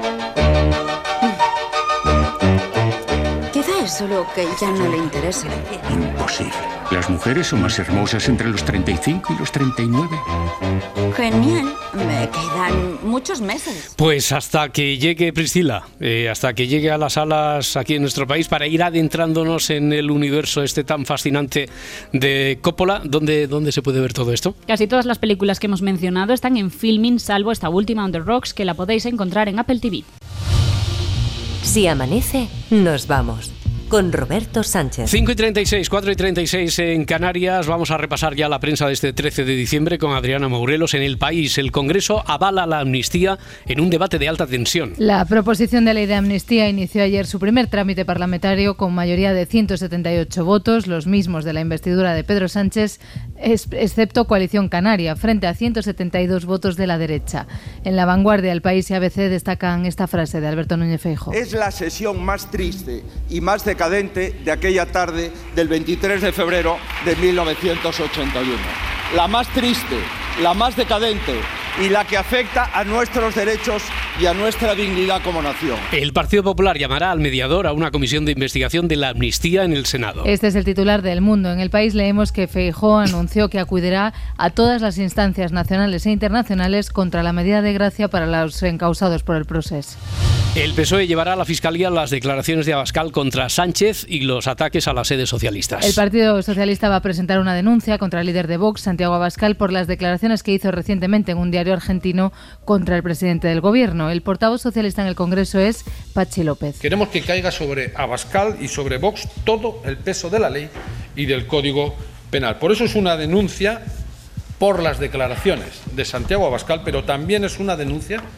Quizá es solo que ya no le interesa. Imposible. Las mujeres son más hermosas entre los treinta y cinco y los treinta y nueve. Genial. Me quedan muchos meses. Pues hasta que llegue Priscila, eh, hasta que llegue a las salas aquí en nuestro país, para ir adentrándonos en el universo este tan fascinante de Coppola. ¿Dónde, dónde se puede ver todo esto? Casi todas las películas que hemos mencionado están en Filmin, salvo esta última, On the Rocks, que la podéis encontrar en Apple T V. Si amanece, nos vamos. Con Roberto Sánchez. cinco y treinta y seis, cuatro y treinta y seis en Canarias. Vamos a repasar ya la prensa de este trece de diciembre con Adriana Mourelos. En El País, el Congreso avala la amnistía en un debate de alta tensión. La proposición de ley de amnistía inició ayer su primer trámite parlamentario con mayoría de ciento setenta y ocho votos, los mismos de la investidura de Pedro Sánchez, excepto Coalición Canaria, frente a ciento setenta y dos votos de la derecha. En La Vanguardia, El País y A B C destacan esta frase de Alberto Núñez Feijóo. Es la sesión más triste y más decadente de aquella tarde del veintitrés de febrero de mil novecientos ochenta y uno. La más triste, la más decadente y la que afecta a nuestros derechos y a nuestra dignidad como nación. El Partido Popular llamará al mediador a una comisión de investigación de la amnistía en el Senado. Este es el titular del Mundo. En El País leemos que Feijóo anunció que acudirá a todas las instancias nacionales e internacionales contra la medida de gracia para los encausados por el Procés. El P S O E llevará a la Fiscalía las declaraciones de Abascal contra Sánchez y los ataques a las sedes socialistas. El Partido Socialista va a presentar una denuncia contra el líder de Vox, Santiago Abascal, por las declaraciones que hizo recientemente en un diario argentino contra el presidente del Gobierno. El portavoz socialista en el Congreso es Patxi López. Queremos que caiga sobre Abascal y sobre Vox todo el peso de la ley y del Código Penal. Por eso es una denuncia por las declaraciones de Santiago Abascal, pero también es una denuncia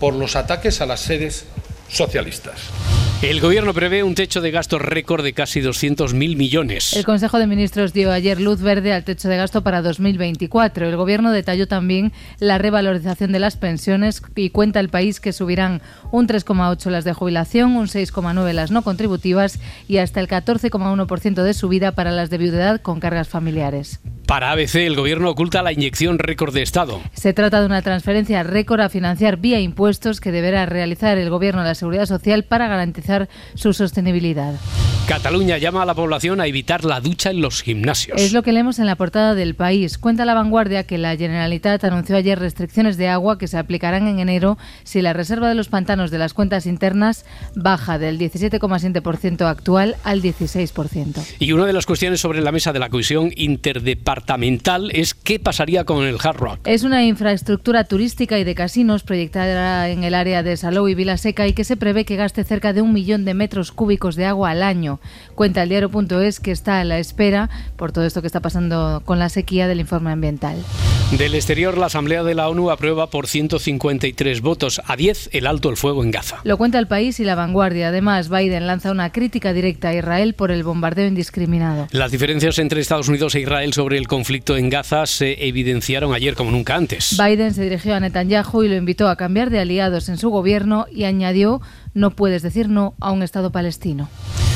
por los ataques a las sedes socialistas. El gobierno prevé un techo de gasto récord de casi doscientos mil millones. El Consejo de Ministros dio ayer luz verde al techo de gasto para dos mil veinticuatro. El gobierno detalló también la revalorización de las pensiones y cuenta el país que subirán un tres coma ocho por ciento las de jubilación, un seis coma nueve por ciento las no contributivas y hasta el catorce coma uno por ciento de subida para las de viudedad con cargas familiares. Para A B C, el gobierno oculta la inyección récord de Estado. Se trata de una transferencia récord a financiar vía impuestos que deberá realizar el gobierno a la Seguridad Social para garantizar su sostenibilidad. Cataluña llama a la población a evitar la ducha en los gimnasios. Es lo que leemos en la portada del País. Cuenta La Vanguardia que la Generalitat anunció ayer restricciones de agua que se aplicarán en enero si la reserva de los pantanos de las cuentas internas baja del diecisiete coma siete por ciento actual al dieciséis por ciento. Y una de las cuestiones sobre la mesa de la Comisión Interdepartamental es qué pasaría con el Hard Rock. Es una infraestructura turística y de casinos proyectada en el área de Salou y Vilaseca y que se prevé que gaste cerca de un millón de metros cúbicos de agua al año. Cuenta el diario punto es que está a la espera, por todo esto que está pasando con la sequía, del informe ambiental. Del exterior, la Asamblea de la ONU aprueba por ciento cincuenta y tres votos a diez el alto el fuego en Gaza. Lo cuenta El País y La Vanguardia. Además, Biden lanza una crítica directa a Israel por el bombardeo indiscriminado. Las diferencias entre Estados Unidos e Israel sobre el conflicto en Gaza se evidenciaron ayer como nunca antes. Biden se dirigió a Netanyahu y lo invitó a cambiar de aliados en su gobierno y añadió: no puedes decir no a un Estado palestino.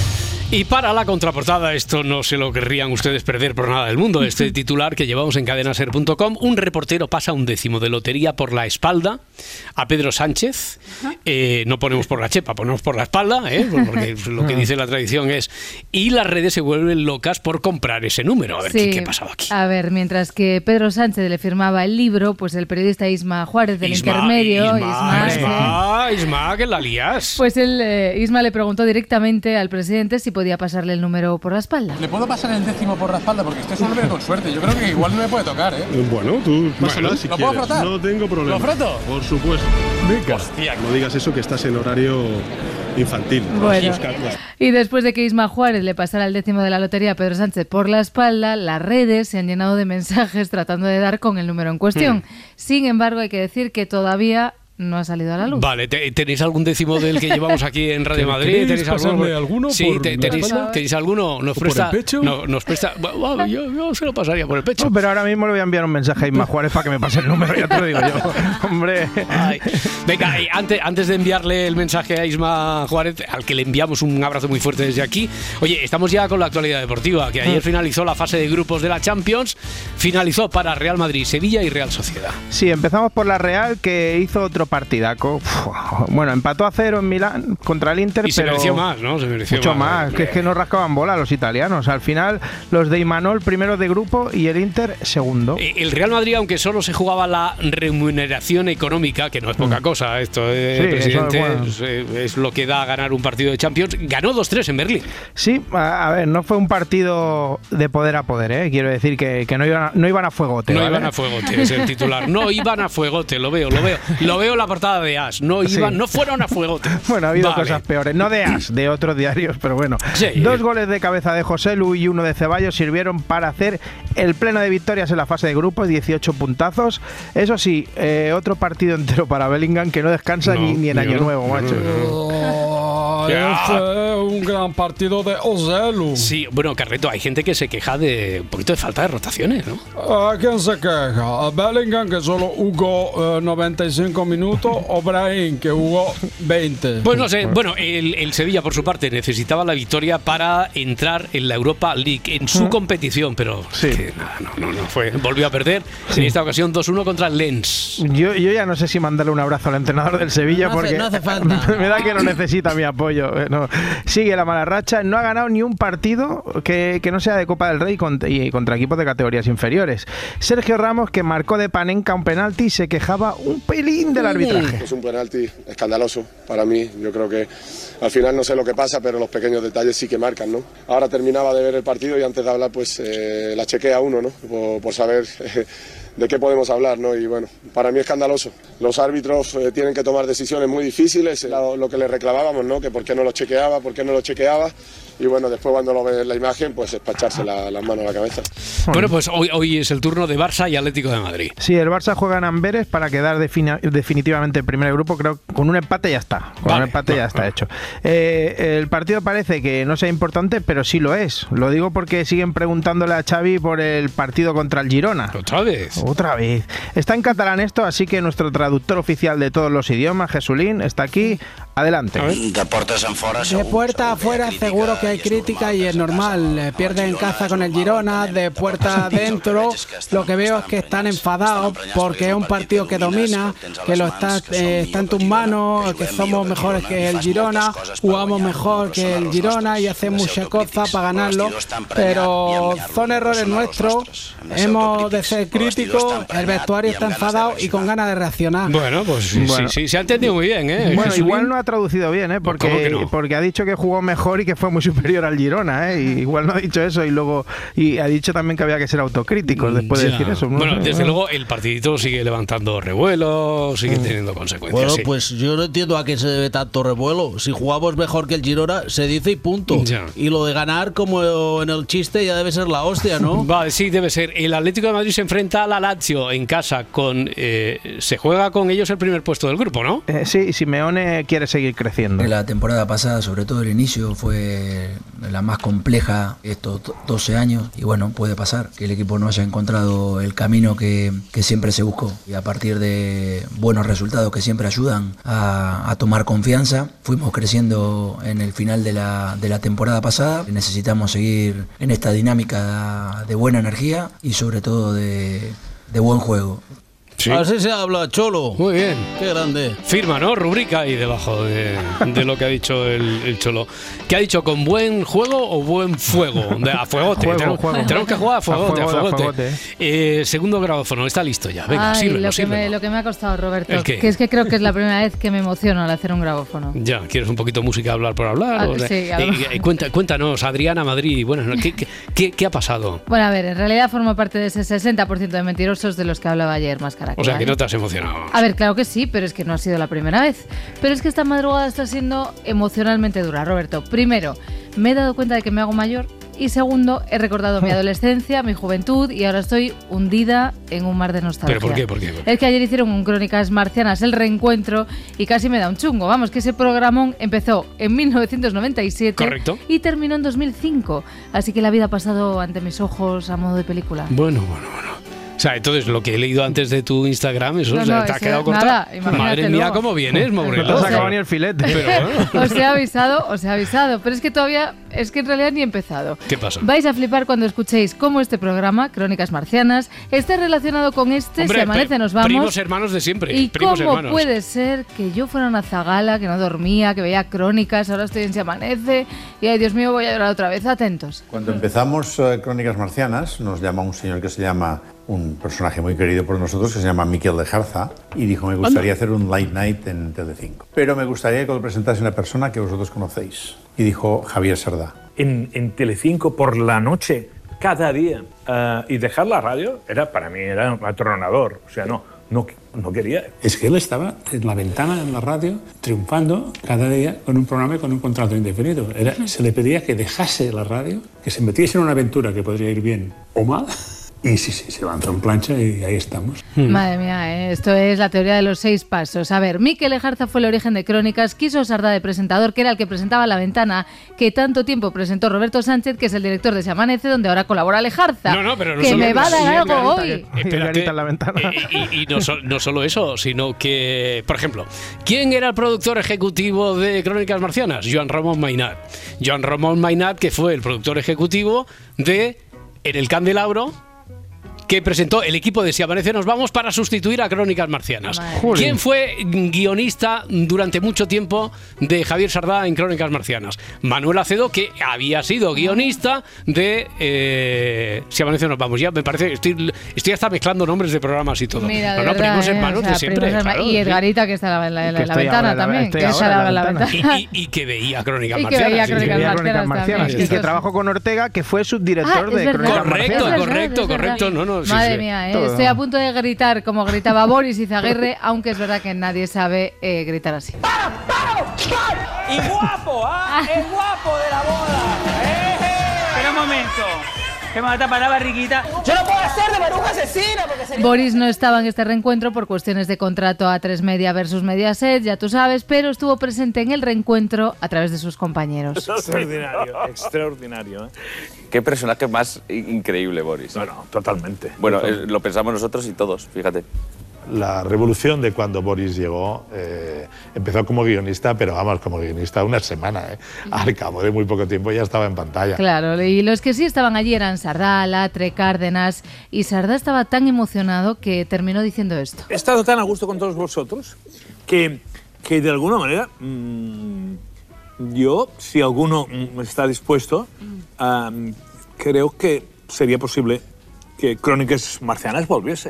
Y para la contraportada, esto no se lo querrían ustedes perder por nada del mundo, este titular que llevamos en cadena ser punto com, un reportero pasa un décimo de lotería por la espalda a Pedro Sánchez, eh, no ponemos por la chepa, ponemos por la espalda, ¿eh? Porque lo que dice la tradición es, y las redes se vuelven locas por comprar ese número. A ver, sí, ¿qué, qué ha pasado aquí? A ver, mientras que Pedro Sánchez le firmaba el libro, pues el periodista Isma Juárez del Isma, Intermedio, Isma, Isma, Isma, Isma, que la lías. Pues él, eh, Isma le preguntó directamente al presidente si podía pasarle el número por la espalda. ¿Le puedo pasar el décimo por la espalda? Porque este es un número con suerte. Yo creo que igual no me puede tocar, ¿eh? Bueno, tú pásalo bueno, si ¿lo quieres. puedo frotar? No tengo problema. ¿Lo froto? Por supuesto. Venga. Hostia. No digas eso, que estás en horario infantil. Bueno, y después de que Isma Juárez le pasara el décimo de la lotería a Pedro Sánchez por la espalda, las redes se han llenado de mensajes tratando de dar con el número en cuestión. Mm. Sin embargo, hay que decir que todavía no ha salido a la luz. Vale, ¿tenéis algún décimo del que llevamos aquí en Radio Madrid? ¿Tenéis alguno? alguno sí, por te, tenéis, ¿tenéis alguno? ¿Nos presta? ¿Por el pecho? No, nos presta. Bueno, yo, yo se lo pasaría por el pecho. No, pero ahora mismo le voy a enviar un mensaje a Isma Juárez para que me pase el número, ya te lo digo yo. Hombre. Ay. Venga, y antes, antes de enviarle el mensaje a Isma Juárez, al que le enviamos un abrazo muy fuerte desde aquí. Oye, estamos ya con la actualidad deportiva, que ayer finalizó la fase de grupos de la Champions, finalizó para Real Madrid, Sevilla y Real Sociedad. Sí, empezamos por la Real, que hizo otro partidaco. Bueno, empató a cero en Milán contra el Inter, y se pero mereció más, ¿no? Se mereció mucho más, más, que es que no rascaban bola los italianos. Al final, los de Imanol primero de grupo y el Inter segundo. El Real Madrid, aunque solo se jugaba la remuneración económica, que no es poca cosa, esto, eh, sí, presidente, es, bueno. es, es lo que da a ganar un partido de Champions, ganó dos tres en Berlín. Sí, a, a ver, no fue un partido de poder a poder, ¿eh? Quiero decir que, que no, iban a, no iban a fuegote. No ¿vale? iban a fuegote, es el titular. No iban a fuegote, lo veo, lo veo. Lo veo en la portada de As. No iban, sí. no fueron a fuegote. Bueno, ha habido vale. cosas peores. No de As, de otros diarios, pero bueno. Sí. Dos goles de cabeza de José Lu y uno de Ceballos sirvieron para hacer el pleno de victorias en la fase de grupos, dieciocho puntazos. Eso sí, eh, otro partido entero para Bellingham que no descansa no, ni, ni en Año Nuevo, macho. Oh, fue un gran partido de José Lu. Sí, bueno, Carreto, hay gente que se queja de un poquito de falta de rotaciones, ¿no? ¿A quién se queja? ¿A Bellingham, que solo jugó eh, noventa y cinco minutos, o Brahim, que jugó veinte? Pues no sé, bueno, el, el Sevilla, por su parte, necesitaba la victoria para entrar en la Europa League, en su ¿Mm? competición, pero sí. que, no, no, no fue. Volvió a perder, sí. en esta ocasión dos uno contra el Lens. Yo, yo ya no sé si mandarle un abrazo al entrenador del Sevilla, no porque hace, no hace falta. me da que no necesita mi apoyo. No. Sigue la mala racha, no ha ganado ni un partido que, que no sea de Copa del Rey contra, y contra equipos de categorías inferiores. Sergio Ramos, que marcó de Panenka un penalti, se quejaba un pelín del arbitraje. Es un penalti escandaloso para mí. Yo creo que al final no sé lo que pasa, pero los pequeños detalles sí que marcan, ¿no? Ahora terminaba de ver el partido y antes de hablar, pues eh, la chequé a uno, ¿no? Por, por saber eh, de qué podemos hablar, ¿no? Y bueno, para mí escandaloso. Los árbitros eh, tienen que tomar decisiones muy difíciles, lo, lo que le reclamábamos, ¿no? Que por qué no lo chequeaba, por qué no lo chequeaba. Y bueno, después cuando lo ves en la imagen, pues es para echarse la, las manos a la cabeza. Bueno, pues hoy, hoy es el turno de Barça y Atlético de Madrid. Sí, el Barça juega en Amberes para quedar defina, definitivamente en primer grupo. Creo que con un empate ya está. Con vale, un empate vale, ya está vale. hecho. Eh, el partido parece que no sea importante, pero sí lo es. Lo digo porque siguen preguntándole a Xavi por el partido contra el Girona. ¿Otra vez? Otra vez. Está en catalán esto, así que nuestro traductor oficial de todos los idiomas, Jesulín, está aquí. Adelante. De puertas en fuera, de puerta afuera seguro que hay crítica y es normal. Pierden en casa con el Girona, de puerta adentro. Lo que veo es que están enfadados porque es un partido que domina, que lo está, eh, está en tus manos, que somos mejores que el Girona, jugamos mejor que el Girona y hacemos muchas cosas para ganarlo. Pero son errores nuestros. Hemos de ser críticos. El vestuario está enfadado y con ganas de reaccionar. Bueno, pues sí, bueno. sí, sí se ha entendido muy bien, ¿eh? Bueno, igual no ha traducido bien, ¿eh? Porque, no? porque ha dicho que jugó mejor y que fue muy superior al Girona, ¿eh? Y igual no ha dicho eso y luego y ha dicho también que había que ser autocríticos después ya. de decir eso. ¿no? Bueno, sé, desde ¿no? luego el partidito sigue levantando revuelo, sigue mm. teniendo consecuencias. Bueno, sí. pues yo no entiendo a qué se debe tanto revuelo. Si jugamos mejor que el Girona, se dice y punto. Ya. Y lo de ganar, como en el chiste, ya debe ser la hostia, ¿no? Vale, sí, debe ser. El Atlético de Madrid se enfrenta a la Lazio en casa con... Eh, se juega con ellos el primer puesto del grupo, ¿no? Eh, sí, Simeone quiere seguir creciendo. La temporada pasada, sobre todo el inicio, fue la más compleja estos doce años y bueno, puede pasar que el equipo no haya encontrado el camino que, que siempre se buscó y a partir de buenos resultados que siempre ayudan a, a tomar confianza, fuimos creciendo en el final de la, de la temporada pasada. Necesitamos seguir en esta dinámica de buena energía y sobre todo de, de buen juego. Sí. Así se habla, Cholo. Muy bien. Qué grande. Firma, ¿no? Rubrica ahí debajo de, de lo que ha dicho el, el Cholo. ¿Qué ha dicho? ¿Con buen juego o buen fuego? De, a fuegote. Juego, tenemos, juego. tenemos que jugar a fuegote. A fuegote. A fuegote. Eh, segundo grabófono, está listo ya. Venga, Ay, sírvelo, lo, que sírvelo. me, lo que me ha costado, Roberto. ¿El qué? Que es que creo que es la primera vez que me emociono al hacer un grabófono. Ya, ¿quieres un poquito de música hablar por hablar? Ah, o, sí, eh, eh, cuenta, cuéntanos, Adriana Madrid. Bueno, ¿qué, qué, ¿qué ha pasado? Bueno, a ver, en realidad formo parte de ese sesenta por ciento de mentirosos de los que hablaba ayer más caraca. O sea, que ¿eh? no te has emocionado. A ver, claro que sí, pero es que no ha sido la primera vez. Pero es que esta madrugada está siendo emocionalmente dura, Roberto. Primero, me he dado cuenta de que me hago mayor. Y segundo, he recordado mi adolescencia, mi juventud y ahora estoy hundida en un mar de nostalgia. ¿Pero por qué? ¿Por qué? ¿Por qué? Es que ayer hicieron un Crónicas Marcianas, el reencuentro, y casi me da un chungo. Vamos, que ese programón empezó en mil novecientos noventa y siete. Correcto. Y terminó en dos mil cinco. Así que la vida ha pasado ante mis ojos a modo de película. Bueno, bueno, bueno. O sea, entonces lo que he leído antes de tu Instagram, eso no, o sea, no, te ha quedado corta. Madre mía, cómo vienes, Maurelo. No te has acabado ni el filete. Pero, bueno. Os he avisado, os he avisado. Pero es que todavía, es que en realidad ni he empezado. ¿Qué pasa? Vais a flipar cuando escuchéis cómo este programa, Crónicas Marcianas, está relacionado con este. Hombre, Si amanece nos vamos. Primos hermanos de siempre. Y primos cómo hermanos. puede ser que yo fuera una zagala, que no dormía, que veía crónicas, ahora estoy en Si amanece y ay Dios mío, voy a llorar otra vez. Atentos. Cuando empezamos uh, Crónicas Marcianas, nos llama un señor que se llama, un personaje muy querido por nosotros, que se llama Miquel Lejarza, y dijo, me gustaría hacer un late night en Telecinco. Pero me gustaría que lo presentase una persona que vosotros conocéis. Y dijo Javier Sardá. En, en Telecinco por la noche, cada día. Uh, y dejar la radio, era para mí era atronador. O sea, no, no, no quería. Es que él estaba en la ventana en la radio, triunfando cada día con un programa y con un contrato indefinido. Era, se le pedía que dejase la radio, que se metiese en una aventura que podría ir bien o mal. Y sí, sí, se lanzó en plancha y ahí estamos. Madre mía, ¿eh? Esto es la teoría de los seis pasos. A ver, Miquel Lejarza fue el origen de Crónicas, quiso Sardá de presentador, que era el que presentaba La Ventana, que tanto tiempo presentó Roberto Sánchez, que es el director de Si amanece, donde ahora colabora Lejarza. No, no, pero no que solo, me va a dar algo hoy. Espérate, en la ventana. Y, y, y no, so, no solo eso, sino que, por ejemplo, ¿quién era el productor ejecutivo de Crónicas Marcianas? Joan Ramón Mainat. Joan Ramón Mainat, que fue el productor ejecutivo de En el Candelabro, que presentó el equipo de Si amanece nos vamos para sustituir a Crónicas Marcianas. Joder. ¿Quién fue guionista durante mucho tiempo de Javier Sardá en Crónicas Marcianas? Manuel Acedo, que había sido guionista de eh, Si amanece nos vamos. Ya me parece, estoy, estoy hasta mezclando nombres de programas y todo. Mira, no, no, verdad, primos eh, hermanos o sea, de siempre. hermanos, Claro, y Edgarita, que está en la, en la, en la ventana ahora, también. Que ahora está en la ventana. ventana. Y, y, y que veía Crónicas Y que Marcianas. veía sí, Crónicas sí. Marcianas Crónicas Marcianas. también. Y que trabajó con Ortega, que fue subdirector Ah, de es verdad. Crónicas Correcto, Marcianas. correcto, es correcto. No, no, ¿no? Sí, Madre sí. mía, ¿eh? Todo. Estoy a punto de gritar como gritaba Boris Izaguirre, aunque es verdad que nadie sabe eh, gritar así. Y guapo, ¿ah? El guapo de la boda. ¡Eh, eh! Espera un momento. Que me va a tapar la barriguita. Yo no puedo hacer de Maruja asesina porque sería... Boris no estaba en este reencuentro por cuestiones de contrato A tres Media versus Mediaset, ya tú sabes, pero estuvo presente en el reencuentro a través de sus compañeros. Extraordinario, extraordinario. ¿eh? Qué personaje más increíble, Boris. No, no, totalmente. Bueno, Totalmente. eh, lo pensamos nosotros y todos, fíjate. La revolución de cuando Boris llegó eh, empezó como guionista, pero vamos, como guionista una semana. ¿eh? Al cabo de muy poco tiempo ya estaba en pantalla. Claro, y los que sí estaban allí eran Sardá, Latre, Cárdenas, y Sardá estaba tan emocionado que terminó diciendo esto. He estado tan a gusto con todos vosotros que, que de alguna manera mmm, yo, si alguno mm, está dispuesto, um, creo que sería posible que Crónicas Marcianas volviese.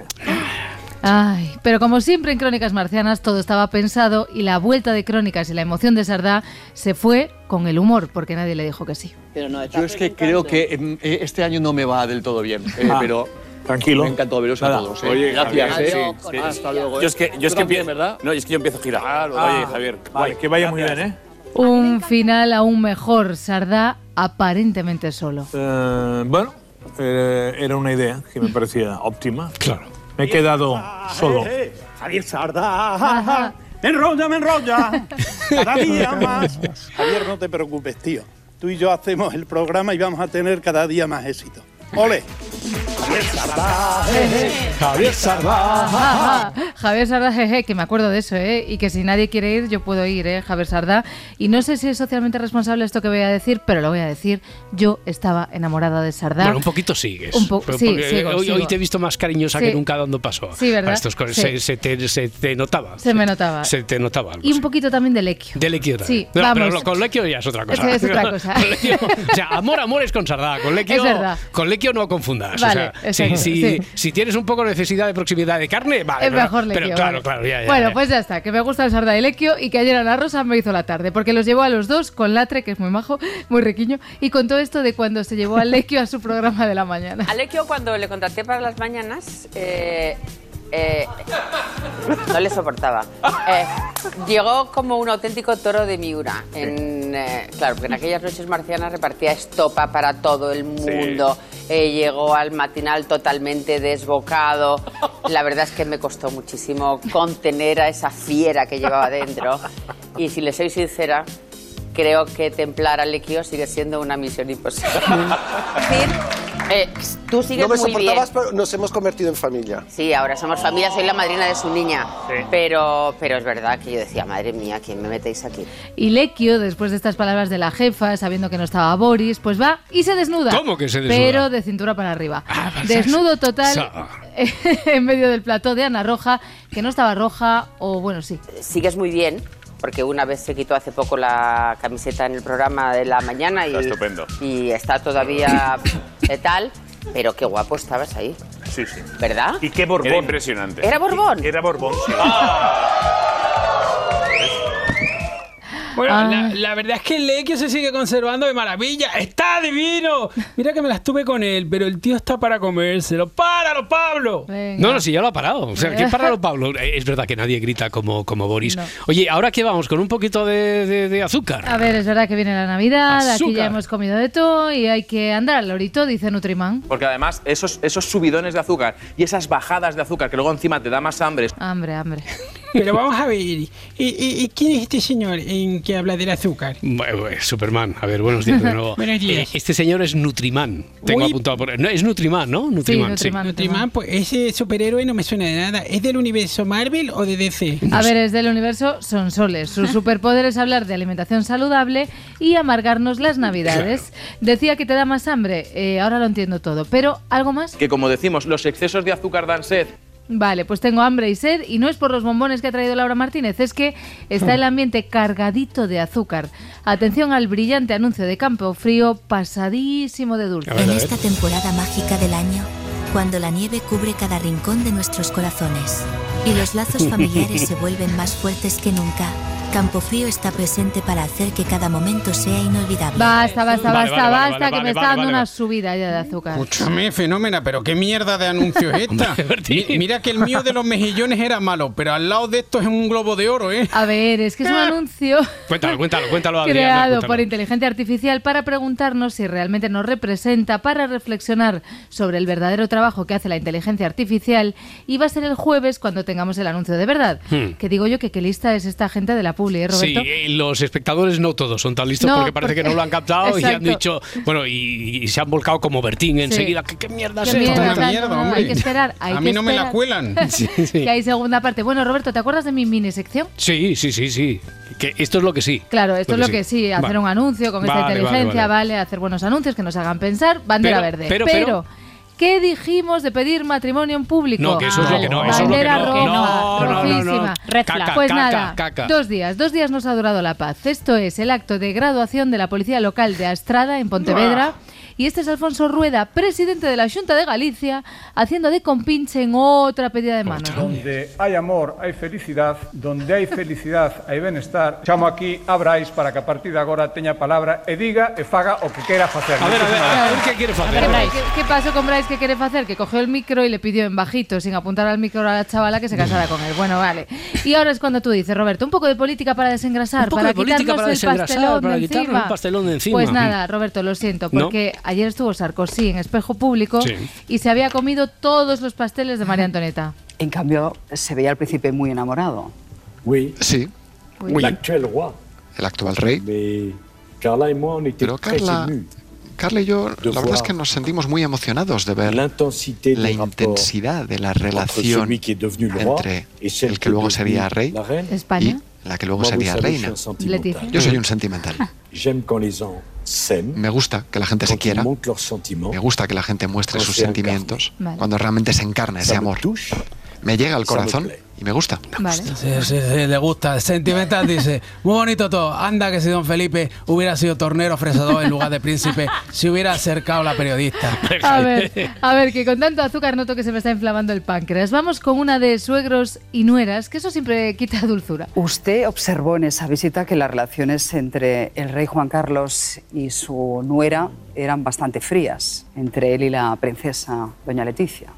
Ay, pero como siempre en Crónicas Marcianas todo estaba pensado y la vuelta de Crónicas y la emoción de Sardá se fue con el humor, porque nadie le dijo que sí. Pero no, yo es que creo que eh, este año no me va del todo bien, eh, Ah, pero tranquilo. me encantó veros a Nada. todos. eh. Oye, gracias. Javier, eh. sí, sí. Hasta luego. eh. Yo es que, yo es Tú que también, empiezo, ¿verdad? No, es que yo empiezo a girar. Ah, Oye, Javier. Vale, guay. que vaya muy Gracias. bien, ¿eh? Un final aún mejor, Sardá aparentemente solo. Eh, bueno, eh, era una idea que me parecía óptima. Claro. Me he quedado solo. Eh, eh, Javier Sardá. Me enrolla, me enrolla. Cada día más. Javier, no te preocupes, tío. Tú y yo hacemos el programa y vamos a tener cada día más éxito. ¡Ole! Javier Sardá. Javier Sardá. Javier Sardá, jeje, que me acuerdo de eso, ¿eh? Y que si nadie quiere ir, yo puedo ir, ¿eh? Javier Sardá. Y no sé si es socialmente responsable esto que voy a decir, pero lo voy a decir. Yo estaba enamorada de Sardá. Bueno, un poquito sigues. Un po- Pero sí, porque sigo, hoy, sigo. hoy te he visto más cariñosa Sí. que nunca dando paso. Sí, ¿verdad? A estas cosas. Sí. Se, se te, se te notaba. Se me notaba. Se te notaba algo. Y un poquito también de Lequio. De Lequio también. Sí, No, vamos. pero lo- con Lequio ya es otra cosa. Es- es otra cosa. Con Lequio- o sea, amor, amor es con Sardá. Con Lequio, Es verdad. con Lequio no confundas. Vale, o sea, si, exacto, si, sí. si tienes un poco necesidad de proximidad de carne, vale. Es pero- mejor Lequio. Pero claro, vale. claro, ya, ya. Bueno, ya. pues ya está, que me gusta el Sardá y Lequio y que ayer Ana Rosa me hizo la tarde, porque los llevó a los dos con Latre, que es muy majo, muy riquiño, y con todo esto de cuando se llevó a Lequio a su programa de la mañana. Alequio, cuando le contraté para las mañanas, eh, eh, no le soportaba. Eh, llegó como un auténtico toro de Miura. En, eh, claro, porque en aquellas noches marcianas repartía estopa para todo el mundo. Eh, llegó al matinal totalmente desbocado. La verdad es que me costó muchísimo contener a esa fiera que llevaba dentro. Y si le soy sincera, creo que templar a Lequio sigue siendo una misión imposible. Es decir, eh, tú sigues No me muy bien. soportabas, pero nos hemos convertido en familia. Sí, ahora somos familia, soy la madrina de su niña. Sí. Pero, pero es verdad que yo decía, madre mía, ¿quién me metéis aquí? Y Lequio, después de estas palabras de la jefa, sabiendo que no estaba Boris, pues va y se desnuda. ¿Cómo que se desnuda? Pero de cintura para arriba. pues, Desnudo total sa- en medio del plató de Ana Roja, que no estaba roja, o bueno, sí. Sigues muy bien, porque una vez se quitó hace poco la camiseta en el programa de la mañana y Está estupendo. y está todavía de tal, pero qué guapo estabas ahí, Sí, sí. ¿verdad? Y qué Borbón. Era impresionante. ¿Era Borbón? Era Borbón, sí. Bueno, Ah. la, la verdad es que el Lequio se sigue conservando de maravilla. ¡Está divino! Mira que me la estuve con él, pero el tío está para comérselo. ¡Páralo, Pablo! No, no, sí, ya lo ha parado. O sea, ¿qué parado, Pablo? Eh, Es verdad que nadie grita como, como Boris. No. Oye, ¿ahora qué vamos? ¿Con un poquito de, de- de azúcar? A ver, es verdad que viene la Navidad, aquí Azúcar. ya hemos comido de todo y hay que andar al lorito, dice Nutriman. Porque además, esos, esos subidones de azúcar y esas bajadas de azúcar que luego encima te da más hambre. Hambre, hambre. Pero vamos a ver, ¿y, y- y quién es este señor en que habla del azúcar? Bueno, bueno, Superman, a ver, buenos días de nuevo. Buenos días. Eh, Este señor es Nutriman. Tengo Uy. apuntado por. No, es Nutriman, ¿no? Nutriman, sí. Nutriman, pues ese superhéroe no me suena de nada. ¿Es del universo Marvel o de D C? A ver, es del universo Sonsoles. Su superpoder es hablar de alimentación saludable y amargarnos las Navidades. Decía que te da más hambre, eh, ahora lo entiendo todo. Pero, ¿algo más? Que como decimos, los excesos de azúcar dan sed. Vale, pues tengo hambre y sed y no es por los bombones que ha traído Laura Martínez, es que está el ambiente cargadito de azúcar. Atención al brillante anuncio de Campo Frío, pasadísimo de dulce. En esta temporada mágica del año, cuando la nieve cubre cada rincón de nuestros corazones y los lazos familiares se vuelven más fuertes que nunca, Campofrío está presente para hacer que cada momento sea inolvidable. Basta, basta, Vale, basta, vale, vale, basta, vale, que me vale, está vale, dando vale, una vale. subida ya de azúcar. Escúchame, fenómena, pero qué mierda de anuncio es esta. Mi- mira que el mío de los mejillones era malo, pero al lado de esto es un globo de oro, ¿eh? A ver, es que es un anuncio Cuéntalo, cuéntalo, cuéntalo, Adriana. creado cuéntalo. por inteligencia artificial para preguntarnos si realmente nos representa, para reflexionar sobre el verdadero trabajo que hace la inteligencia artificial, y va a ser el jueves cuando tengamos el anuncio de verdad. Hmm. Que digo yo que qué lista es esta gente de la publi, ¿eh, Roberto? Sí, y los espectadores no todos son tan listos No, porque parece porque- que no lo han captado y han Exacto. dicho, bueno, y, y se han volcado como Bertín enseguida. ¿Qué, qué mierda Qué es esto? mierda, Una tal, mierda, no, no, hombre. hay que esperar, hay A que mí no me la esperar. cuelan. Sí, sí. Que hay segunda parte. Bueno, Roberto, ¿te acuerdas de mi mini sección? Sí, sí, sí, sí. Que esto es lo que sí. Claro, esto es lo que sí, hacer Vale. un anuncio con esta Vale, vale, inteligencia, vale. vale, hacer buenos anuncios que nos hagan pensar, bandera Pero- verde. pero- pero- ¿qué dijimos de pedir matrimonio en público? No, que eso es lo que no, eso es lo que Bandera no. roja, No, no, no, no. rojísima. Red flag. Caca, Pues caca, nada, caca. dos días, dos días nos ha durado la paz. Esto es el acto de graduación de la Policía Local de Astrada, en Pontevedra. Y este es Alfonso Rueda, presidente de la Xunta de Galicia, haciendo de compinche en otra pedida de mano. Donde hay amor, hai felicidad. Donde hai felicidad, hai benestar. Chamo aquí a Brais para que a partir de agora teña palabra e diga e faga o que queira facer. A ver, a ver, a ver qué quiere hacer. A ver, ¿Qué, qué pasó con Bryce? ¿Qué quiere hacer? Que cogió el micro y le pidió en bajito, sin apuntar al micro a la chavala, que se casara con él. Bueno, vale. Y ahora es cuando tú dices, Roberto, un poco de política para desengrasar, Un poco para de política quitarnos para el desengrasar, pastelón para de quitarnos encima. el pastelón de encima. Pues nada, Roberto, lo siento, ¿No? porque ayer estuvo Sarkozy en Espejo Público Sí. y se había comido todos los pasteles de María Antonieta. En cambio, se veía al príncipe muy enamorado. Sí. Oui. L'actuel roi. El actual rey. Pero Carla, Carla y yo, la verdad es que nos sentimos muy emocionados de ver la intensidad de la relación entre el que luego sería rey España. y la que luego sería reina. Leticia. Yo soy un sentimental. Me gusta que la gente se quiera. Me gusta que la gente muestre sus sentimientos Vale. cuando realmente se encarna ese amor. Me llega al corazón y me gusta. Vale. Sí, sí, sí, le gusta. Sentimental dice, muy bonito todo. Anda que si don Felipe hubiera sido tornero fresador en lugar de príncipe, se hubiera acercado la periodista. A ver, a ver, que con tanto azúcar noto que se me está inflamando el páncreas. Vamos con una de suegros y nueras, que eso siempre quita dulzura. Usted observó en esa visita que las relaciones entre el rey Juan Carlos y su nuera eran bastante frías, entre él y la princesa doña Leticia.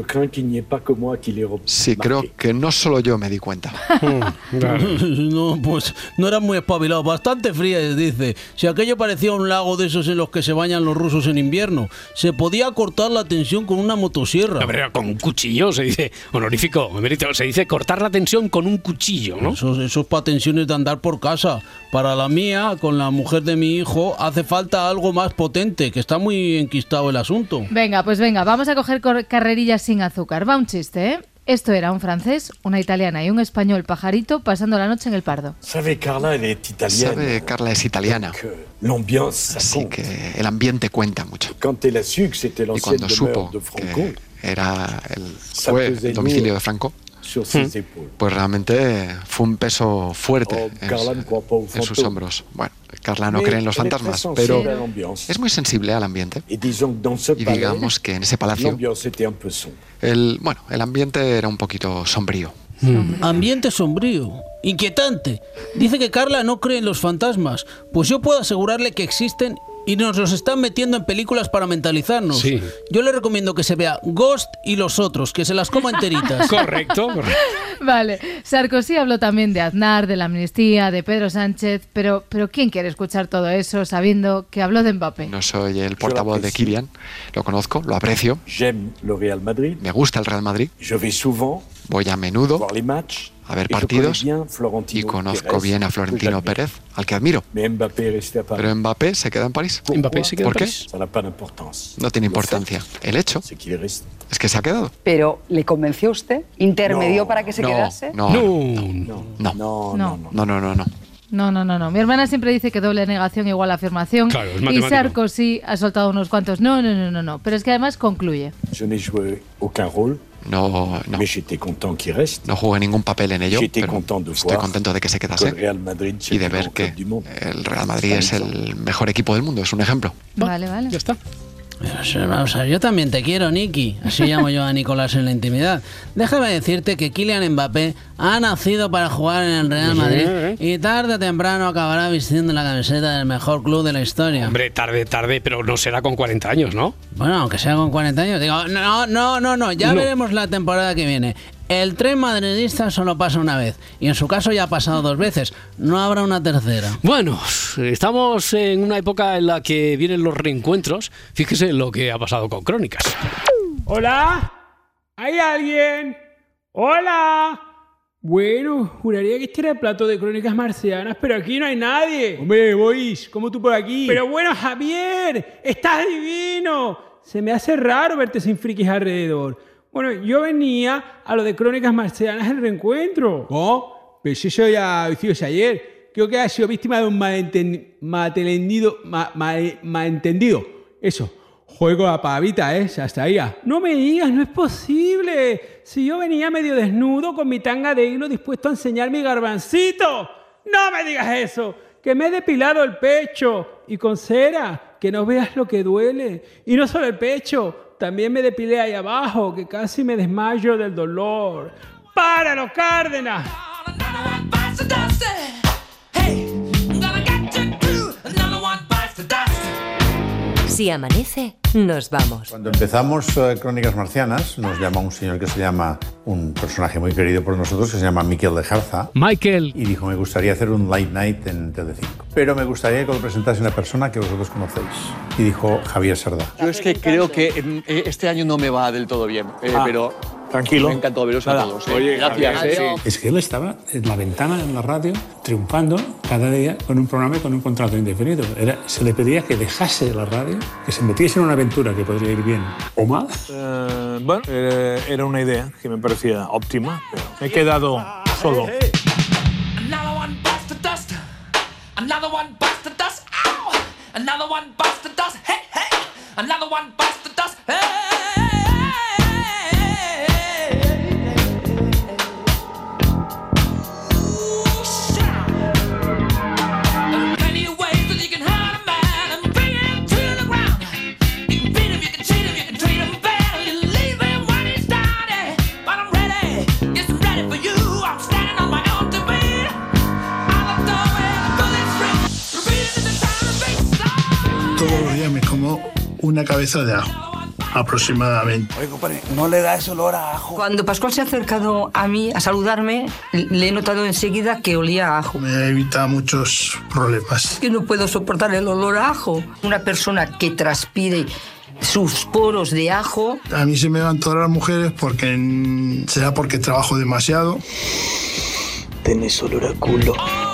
Sí, creo que no solo yo me di cuenta. No, pues no era muy espabilado, bastante fría, dice. Si aquello parecía un lago de esos en los que se bañan los rusos en invierno, se podía cortar la tensión con una motosierra. A ver, con un cuchillo, se dice, honorífico, emérito, se dice cortar la tensión con un cuchillo, ¿no? Esos, esos para tensiones de andar por casa. Para la mía, con la mujer de mi hijo, hace falta algo más potente, que está muy enquistado el asunto. Venga, pues venga, vamos a coger cor- carrerillas sin azúcar. Va un chiste, ¿eh? Esto era un francés, una italiana y un español pajarito pasando la noche en el Pardo. Sabe, Carla es italiana. Así que el ambiente cuenta mucho. Y cuando supo que era el, fue el domicilio de Franco, pues realmente fue un peso fuerte en, en sus hombros. Bueno, Carla no cree en los fantasmas, pero es muy sensible al ambiente. Y digamos que en ese palacio, el, bueno, el ambiente era un poquito sombrío. Ambiente sombrío, inquietante. Dice que Carla no cree en los fantasmas. Pues yo puedo asegurarle que existen y nos los están metiendo en películas para mentalizarnos. Sí. Yo le recomiendo que se vea Ghost y los otros, que se las coma enteritas. Correcto, correcto. Vale, Sarkozy habló también de Aznar, de la amnistía, de Pedro Sánchez, pero, pero ¿quién quiere escuchar todo eso sabiendo que habló de Mbappé? No soy el portavoz de Kylian, lo conozco, lo aprecio. Me gusta el Real Madrid. Voy a menudo a ver partidos y conozco bien a Florentino Pérez, al que admiro. Pero Mbappé se queda en París. Mbappé se queda ¿Por en qué? París. No tiene importancia. El hecho es que se ha quedado. Pero, ¿le convenció usted? ¿Intermedió No, para que se no, quedase? No, no, no, no, No. no, no, no, no. No, no, no, no. Mi hermana siempre dice que doble negación igual afirmación. Claro, es y matemático. Sarkozy ha soltado unos cuantos. No, no, no, no, no. Pero es que además concluye. No, no. No jugué ningún papel en ello, pero estoy contento de que se quedase y de ver que el Real Madrid es el mejor equipo del mundo, es un ejemplo. Vale, vale. Ya está. O sea, yo también te quiero, Nicky. Así llamo yo a Nicolás en la intimidad. Déjame decirte que Kylian Mbappé ha nacido para jugar en el Real Madrid y tarde o temprano acabará vistiendo la camiseta del mejor club de la historia. Hombre, tarde, tarde, pero no será con cuarenta años, ¿no? Bueno, aunque sea con cuarenta años. Digo, no, no, no, no. Ya no. Veremos la temporada que viene. El tren madridista solo pasa una vez, y en su caso ya ha pasado dos veces. No habrá una tercera. Bueno, estamos en una época en la que vienen los reencuentros. Fíjese lo que ha pasado con Crónicas. ¿Hola? ¿Hay alguien? ¡Hola! Bueno, juraría que este era el plato de Crónicas Marcianas, pero aquí no hay nadie. Hombre, Boris, ¿cómo tú por aquí? Pero bueno, Javier, estás divino. Se me hace raro verte sin frikis alrededor. Bueno, yo venía a lo de Crónicas Marcianas el reencuentro. ¿Oh? Pues eso ya lo hicimos ayer. Creo que ha sido víctima de un malentendido. Malentendido. Ma, ma, malentendido. Eso. Juego a pavita, ¿eh? Hasta ahí. No me digas, no es posible. Si yo venía medio desnudo con mi tanga de hilo dispuesto a enseñar mi garbancito. No me digas eso. Que me he depilado el pecho. Y con cera. Que no veas lo que duele. Y no solo el pecho. También me depilé ahí abajo, que casi me desmayo del dolor. ¡Páralo, Cárdenas! Si amanece, nos vamos. Cuando empezamos eh, Crónicas Marcianas, nos llama un señor que se llama, un personaje muy querido por nosotros, que se llama Miquel de Jarza. Michael. Y dijo, me gustaría hacer un late night en Telecinco. Pero me gustaría que lo presentase una persona que vosotros conocéis. Y dijo Javier Sardá. Yo es que creo que este año no me va del todo bien, eh, ah, pero... Tranquilo. Me encantó veros a todos. Eh. Oye, gracias. Eh. Es que él estaba en la ventana en la radio, triunfando cada día con un programa y con un contrato indefinido. Era, se le pedía que dejase la radio, que se metiese en una aventura que podría ir bien o mal. Uh, bueno, eh, era una idea que me parecía óptima, pero me he quedado solo. Todos los días me como una cabeza de ajo, aproximadamente. Oye, compadre, no le da ese olor a ajo. Cuando Pascual se ha acercado a mí a saludarme, le he notado enseguida que olía a ajo. Me evita muchos problemas. Es que no puedo soportar el olor a ajo. Una persona que transpire sus poros de ajo. A mí se me van todas las mujeres porque será porque trabajo demasiado. Tenés olor a culo.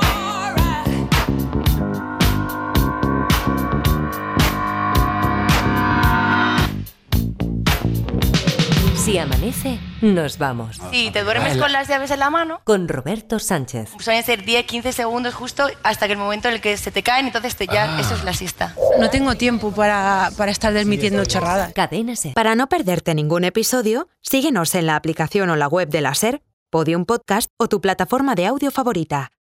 Si amanece, nos vamos. Si te duermes con las llaves en la mano, con Roberto Sánchez. Suelen ser diez, quince segundos justo hasta que el momento en el que se te caen, entonces te ya, ah. eso es la siesta. No tengo tiempo para, para estar desmitiendo chorradas. Cadena SER. Para no perderte ningún episodio, síguenos en la aplicación o la web de la SER, Podium Podcast o tu plataforma de audio favorita.